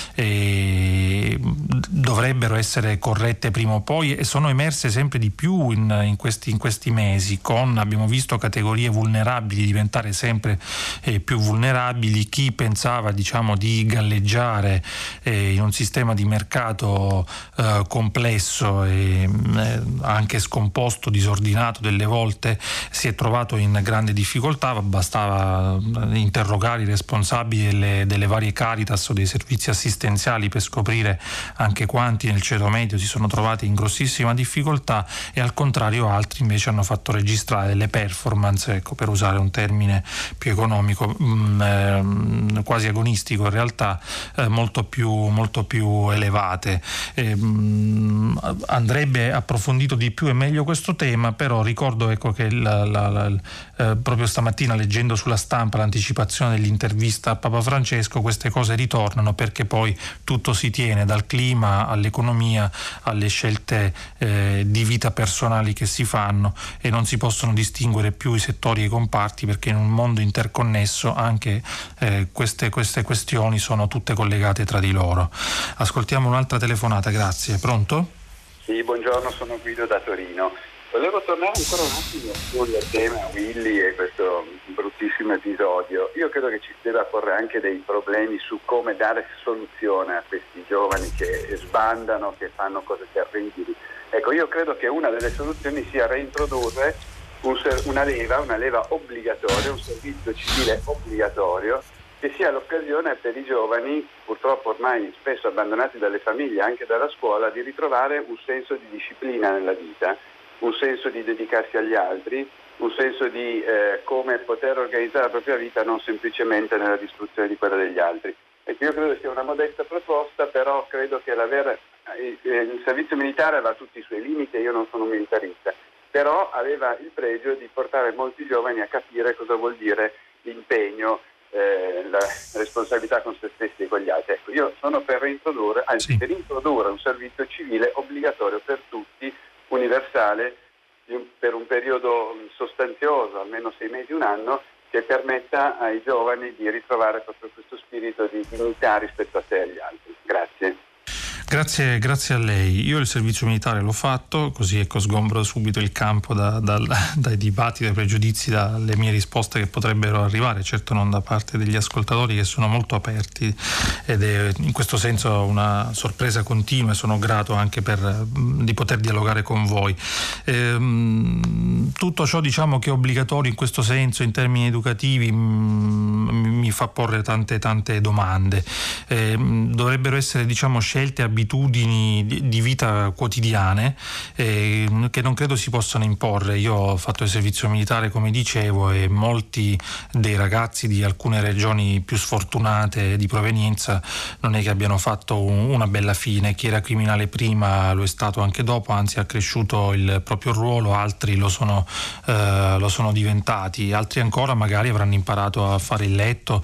eh, dovrebbero essere corrette prima o poi, e sono emerse sempre di più in, in, questi, in questi mesi, con, abbiamo visto, categorie vulnerabili diventare sempre eh, più vulnerabili. Chi pensava, diciamo, di galleggiare eh, in un sistema di mercato eh, complesso e eh, anche scomposto, disordinato delle volte, si è trovato in grande difficoltà. Bastava interrogare i responsabili delle, delle varie Caritas o dei servizi assistenziali per scoprire anche quanti nel ceto medio si sono trovati in grossissima difficoltà, e al contrario altri invece hanno fatto registrare delle performance, ecco, per usare un termine più economico, mh, eh, quasi agonistico in realtà, eh, molto più molto più elevate. Eh, mh, andrebbe approfondito di più e meglio questo tema, però ricordo, ecco, che la, la, la, eh, proprio stamattina, leggendo sulla stampa l'anticipazione dell'intervista a Papa Francesco, queste cose ritornano, perché poi tutto si tiene, dal clima all'economia alle scelte eh, di vita personali che si fanno, e non si possono distinguere più i settori e i comparti, perché in un mondo interconnesso anche eh, queste, queste questioni sono tutte collegate tra di loro. Ascoltiamo un'altra telefonata, grazie. Pronto? Sì, buongiorno, sono Guido da Torino. Volevo tornare ancora un attimo sul tema Willy e questo bruttissimo episodio. Io credo che ci si debba porre anche dei problemi su come dare soluzione a questi giovani che sbandano, che fanno cose terribili. Ecco, io credo che una delle soluzioni sia reintrodurre un, una leva, una leva obbligatoria, un servizio civile obbligatorio, che sia l'occasione per i giovani, purtroppo ormai spesso abbandonati dalle famiglie, anche dalla scuola, di ritrovare un senso di disciplina nella vita, un senso di dedicarsi agli altri, un senso di eh, come poter organizzare la propria vita non semplicemente nella distruzione di quella degli altri. E io credo sia una modesta proposta, però credo che l'aver, eh, il servizio militare aveva tutti i suoi limiti, e io non sono un militarista, però aveva il pregio di portare molti giovani a capire cosa vuol dire l'impegno, eh, la responsabilità con se stessi e con gli altri. Ecco, io sono per reintrodurre, anzi sì. per introdurre un servizio civile obbligatorio per tutti, universale, per un periodo sostanzioso, almeno sei mesi, un anno, che permetta ai giovani di ritrovare proprio questo spirito di dignità rispetto a sé e agli altri. Grazie. Grazie, grazie a lei. Io il servizio militare l'ho fatto, così ecco sgombro subito il campo da, da, dai dibattiti, dai pregiudizi, dalle mie risposte che potrebbero arrivare, certo non da parte degli ascoltatori, che sono molto aperti, ed è in questo senso una sorpresa continua, e sono grato anche per, di poter dialogare con voi. Ehm, tutto ciò, diciamo, che è obbligatorio in questo senso in termini educativi mh, mi fa porre tante tante domande. Ehm, dovrebbero essere, diciamo, scelte abitudini di, di vita quotidiane eh, che non credo si possano imporre. Io ho fatto il servizio militare, come dicevo, e molti dei ragazzi di alcune regioni più sfortunate di provenienza non è che abbiano fatto un, una bella fine. Chi era criminale prima lo è stato anche dopo, anzi ha cresciuto il proprio ruolo, altri lo sono, eh, lo sono diventati, altri ancora magari avranno imparato a fare il letto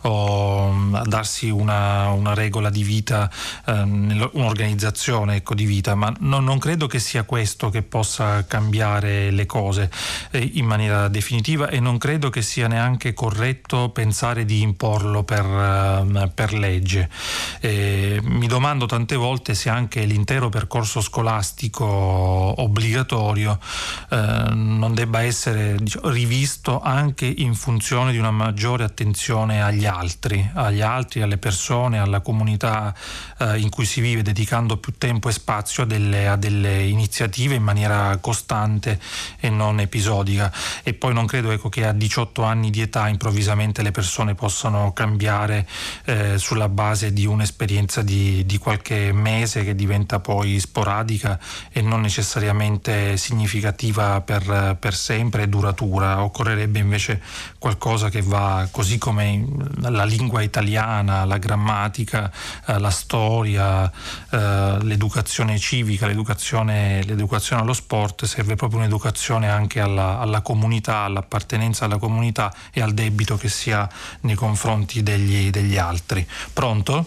o a darsi una, una regola di vita, eh, un'organizzazione, ecco, di vita, ma no, non credo che sia questo che possa cambiare le cose eh, in maniera definitiva, e non credo che sia neanche corretto pensare di imporlo per, uh, per legge. Eh, mi domando tante volte se anche l'intero percorso scolastico obbligatorio eh, non debba essere, diciamo, rivisto anche in funzione di una maggiore attenzione agli altri, agli altri, alle persone, alla comunità eh, in cui si vive, dedicando più tempo e spazio a delle, a delle iniziative in maniera costante e non episodica. E poi non credo, ecco, che a diciotto anni di età improvvisamente le persone possano cambiare eh, sulla base di un'esperienza di, di qualche mese che diventa poi sporadica e non necessariamente significativa per, per sempre e duratura. Occorrerebbe invece qualcosa che va, così come la lingua italiana, la grammatica, eh, la storia, Uh, l'educazione civica, l'educazione, l'educazione allo sport, serve proprio un'educazione anche alla, alla comunità, all'appartenenza alla comunità e al debito che si ha nei confronti degli, degli altri. Pronto?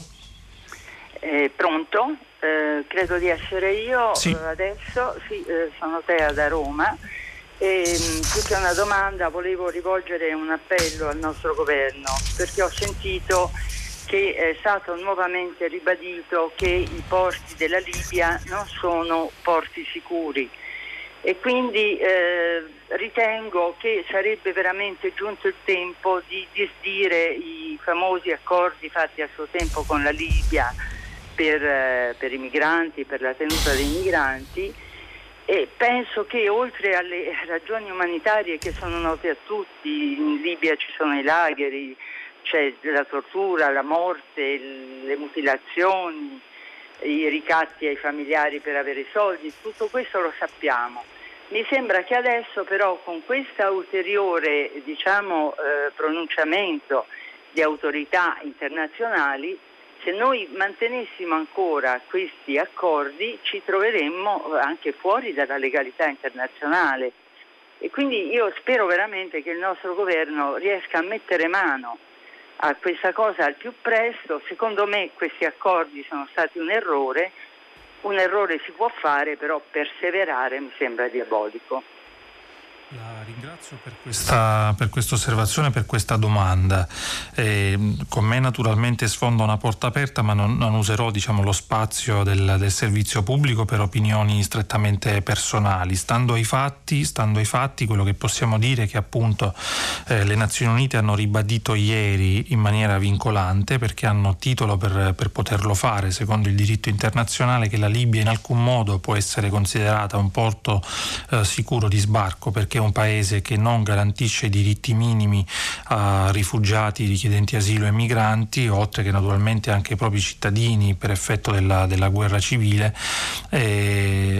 Eh, pronto? Eh, credo di essere io. Sì. Adesso sì, eh, sono Tea da Roma. E più che una domanda volevo rivolgere un appello al nostro governo, perché ho sentito che è stato nuovamente ribadito che i porti della Libia non sono porti sicuri e quindi eh, ritengo che sarebbe veramente giunto il tempo di disdire i famosi accordi fatti a suo tempo con la Libia per, eh, per i migranti, per la tenuta dei migranti. E penso che oltre alle ragioni umanitarie che sono note a tutti, in Libia ci sono i lager, c'è la tortura, la morte, le mutilazioni, i ricatti ai familiari per avere soldi, tutto questo lo sappiamo. Mi sembra che adesso però con questo ulteriore diciamo, eh, pronunciamento di autorità internazionali, se noi mantenessimo ancora questi accordi ci troveremmo anche fuori dalla legalità internazionale e quindi io spero veramente che il nostro governo riesca a mettere mano a questa cosa al più presto. Secondo me questi accordi sono stati un errore, un errore si può fare, però perseverare mi sembra diabolico. La ringrazio per questa, per questa osservazione, per questa domanda. Eh, con me naturalmente sfonda una porta aperta, ma non, non userò diciamo, lo spazio del, del servizio pubblico per opinioni strettamente personali. Stando ai fatti, stando ai fatti quello che possiamo dire è che appunto eh, le Nazioni Unite hanno ribadito ieri in maniera vincolante, perché hanno titolo per, per poterlo fare, secondo il diritto internazionale, che la Libia in alcun modo può essere considerata un porto eh, sicuro di sbarco, perché è un paese che non garantisce i diritti minimi a rifugiati, richiedenti asilo e migranti, oltre che naturalmente anche ai propri cittadini per effetto della, della guerra civile, eh,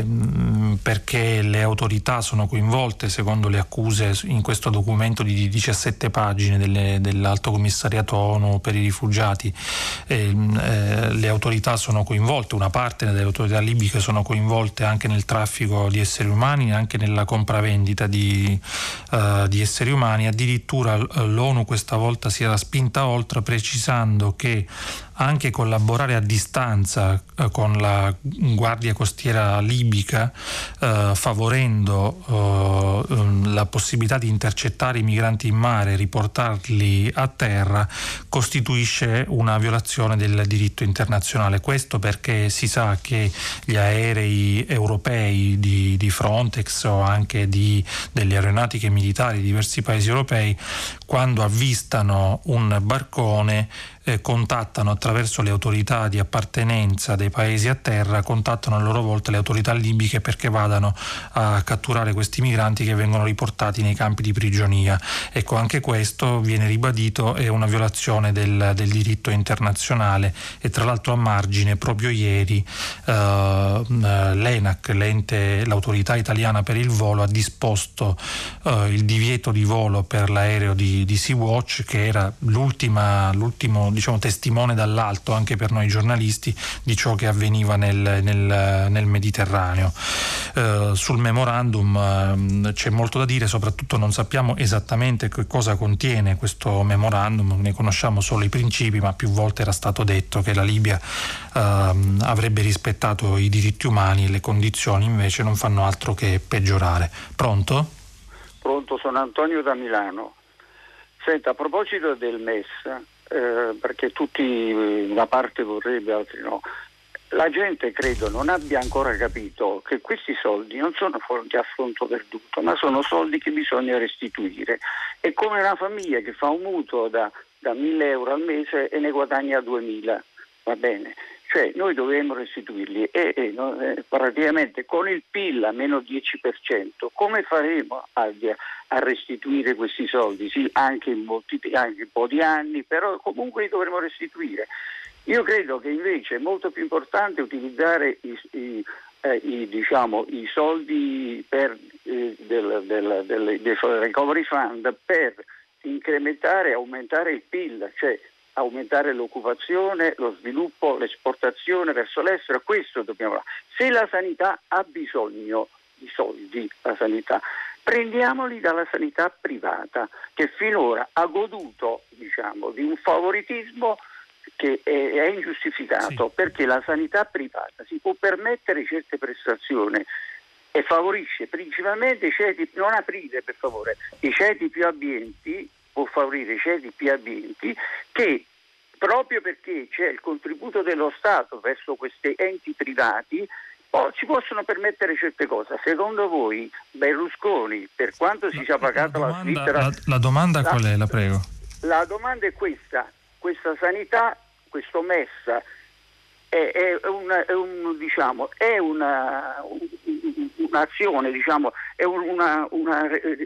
perché le autorità sono coinvolte, secondo le accuse in questo documento di diciassette pagine delle, dell'Alto Commissariato ONU per i rifugiati. Eh, eh, le autorità sono coinvolte, una parte delle autorità libiche sono coinvolte anche nel traffico di esseri umani, anche nella compravendita di Di, uh, di esseri umani. Addirittura uh, l'ONU questa volta si era spinta oltre, precisando che anche collaborare a distanza uh, con la Guardia Costiera libica, uh, favorendo uh, um, la possibilità di intercettare i migranti in mare e riportarli a terra, costituisce una violazione del diritto internazionale. Questo perché si sa che gli aerei europei di, di Frontex o anche di delle aeronautiche militari di diversi paesi europei, quando avvistano un barcone, eh, contattano attraverso le autorità di appartenenza dei paesi a terra, contattano a loro volta le autorità libiche perché vadano a catturare questi migranti che vengono riportati nei campi di prigionia. Ecco, anche questo viene ribadito, è una violazione del, del diritto internazionale. E tra l'altro a margine, proprio ieri eh, l'ENAC, l'ente, l'autorità italiana per il volo, ha disposto eh, il divieto di volo per l'aereo di, di Sea-Watch, che era l'ultima, l'ultimo diciamo, testimone dall'alto anche per noi giornalisti di ciò che avveniva nel, nel, nel Mediterraneo. Eh, sul memorandum eh, c'è molto da dire, soprattutto non sappiamo esattamente che cosa contiene questo memorandum, ne conosciamo solo i principi, ma più volte era stato detto che la Libia eh, avrebbe rispettato i diritti umani e le condizioni invece non fanno altro che peggiorare. Pronto? Pronto, sono Antonio da Milano. Senta, a proposito del M E S, eh, perché tutti una parte vorrebbe, altri no, la gente credo non abbia ancora capito che questi soldi non sono fondi a fondo perduto, ma sono soldi che bisogna restituire. È come una famiglia che fa un mutuo da, da mille euro al mese e ne guadagna duemila, va bene? Cioè noi dovremmo restituirli e, e eh, praticamente con il P I L a meno dieci per cento come faremo a, a restituire questi soldi? Sì, anche in molti anche un po' di anni, però comunque li dovremo restituire. Io credo che invece è molto più importante utilizzare i, i, eh, i, diciamo, i soldi per, eh, del, del, del, del Recovery Fund per incrementare e aumentare il P I L, cioè aumentare l'occupazione, lo sviluppo, l'esportazione verso l'estero. Questo dobbiamo fare. Se la sanità ha bisogno di soldi, la sanità, prendiamoli dalla sanità privata, che finora ha goduto, diciamo, di un favoritismo che è, è ingiustificato, sì. Perché la sanità privata si può permettere certe prestazioni e favorisce principalmente i ceti, non aprire per favore, i ceti più abbienti, può favorire i ceti più abbienti che proprio perché c'è il contributo dello Stato verso questi enti privati oh, ci possono permettere certe cose. Secondo voi Berlusconi, per quanto si sia pagata la, domanda, la Svizzera... La, la domanda la, qual è, la prego? La domanda è questa, questa sanità, questo M E S è, è, una, è, un, diciamo, è una, un'azione, diciamo, è una, una,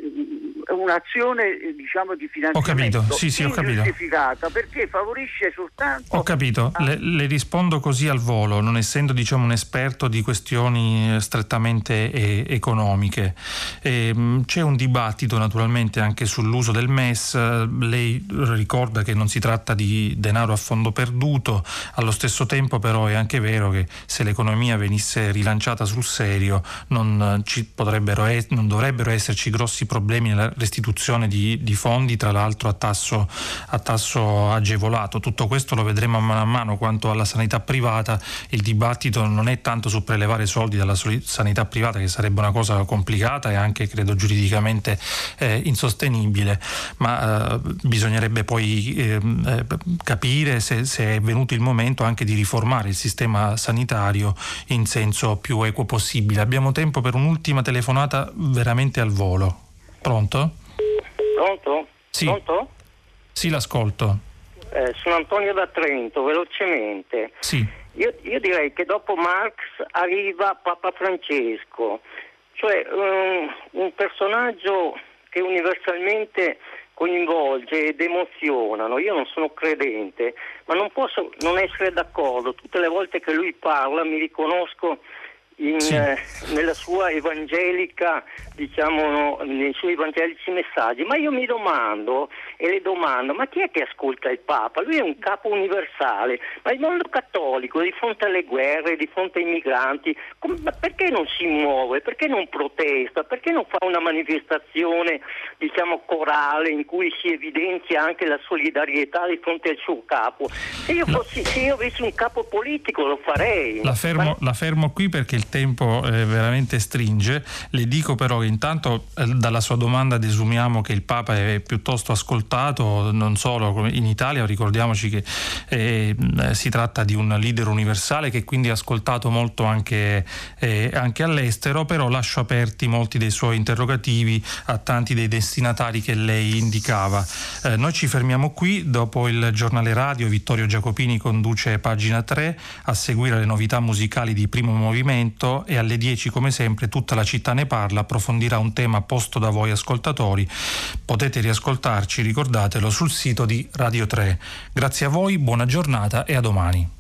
un'azione diciamo, di finanziamento ho capito. Sì, sì, ho capito. ingiustificata perché favorisce soltanto... Ho capito, le, le rispondo così al volo, non essendo diciamo un esperto di questioni strettamente eh, economiche. Eh, c'è un dibattito naturalmente anche sull'uso del M E S, lei ricorda che non si tratta di denaro a fondo perduto, allo stesso tempo però è anche vero che se l'economia venisse rilanciata sul serio non, ci potrebbero, non dovrebbero esserci grossi problemi nella restituzione di, di fondi, tra l'altro a tasso, a tasso agevolato. Tutto questo lo vedremo a mano a mano. Quanto alla sanità privata, il dibattito non è tanto su prelevare soldi dalla sanità privata, che sarebbe una cosa complicata e anche credo giuridicamente eh, insostenibile, ma eh, bisognerebbe poi eh, capire se, se è venuto il momento anche di riformare il sistema sanitario in senso più equo possibile. Abbiamo tempo per un'ultima telefonata veramente al volo. Pronto? Pronto? Sì. Pronto? Sì, l'ascolto. Eh, sono Antonio da Trento, velocemente. Sì. Io, io direi che dopo Marx arriva Papa Francesco, cioè um, un personaggio che universalmente coinvolge ed emozionano. Io non sono credente, ma non posso non essere d'accordo. Tutte le volte che lui parla mi riconosco in, sì. eh, nella sua evangelica, diciamo, nei suoi evangelici messaggi. Ma io mi domando e le domando, ma chi è che ascolta il Papa? Lui è un capo universale, ma il mondo cattolico di fronte alle guerre, di fronte ai migranti, come, ma perché non si muove? Perché non protesta? Perché non fa una manifestazione, diciamo, corale in cui si evidenzia anche la solidarietà di fronte al suo capo? Se io fossi, se io avessi un capo politico lo farei. La fermo, ma... la fermo qui perché il tempo eh, veramente stringe. Le dico però che intanto eh, dalla sua domanda desumiamo che il Papa è piuttosto ascoltato, non solo in Italia, ricordiamoci che eh, si tratta di un leader universale che quindi è ascoltato molto anche, eh, anche all'estero, però lascio aperti molti dei suoi interrogativi a tanti dei destinatari che lei indicava. Eh, noi ci fermiamo qui, dopo il giornale radio Vittorio Giacopini conduce Pagina tre, a seguire le novità musicali di Primo Movimento, e alle dieci come sempre Tutta la città ne parla approfondirà un tema posto da voi ascoltatori. Potete riascoltarci, ricordatelo, sul sito di Radio tre. Grazie a voi, buona giornata e a domani.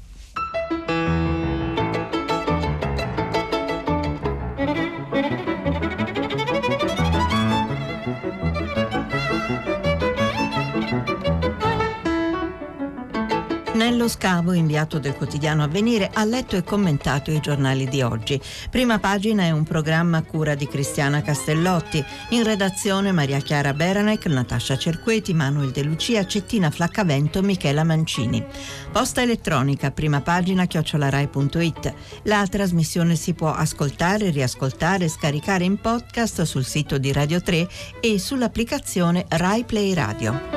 Nello Scavo, inviato del quotidiano Avvenire, ha letto e commentato i giornali di oggi. Prima Pagina è un programma a cura di Cristiana Castellotti. In redazione Maria Chiara Beranec, Natascia Cerqueti, Manuel De Lucia, Cettina Flaccavento, Michela Mancini. Posta elettronica primapagina chiocciola rai punto it. La trasmissione si può ascoltare, riascoltare e scaricare in podcast sul sito di Radio tre e sull'applicazione Rai Play Radio.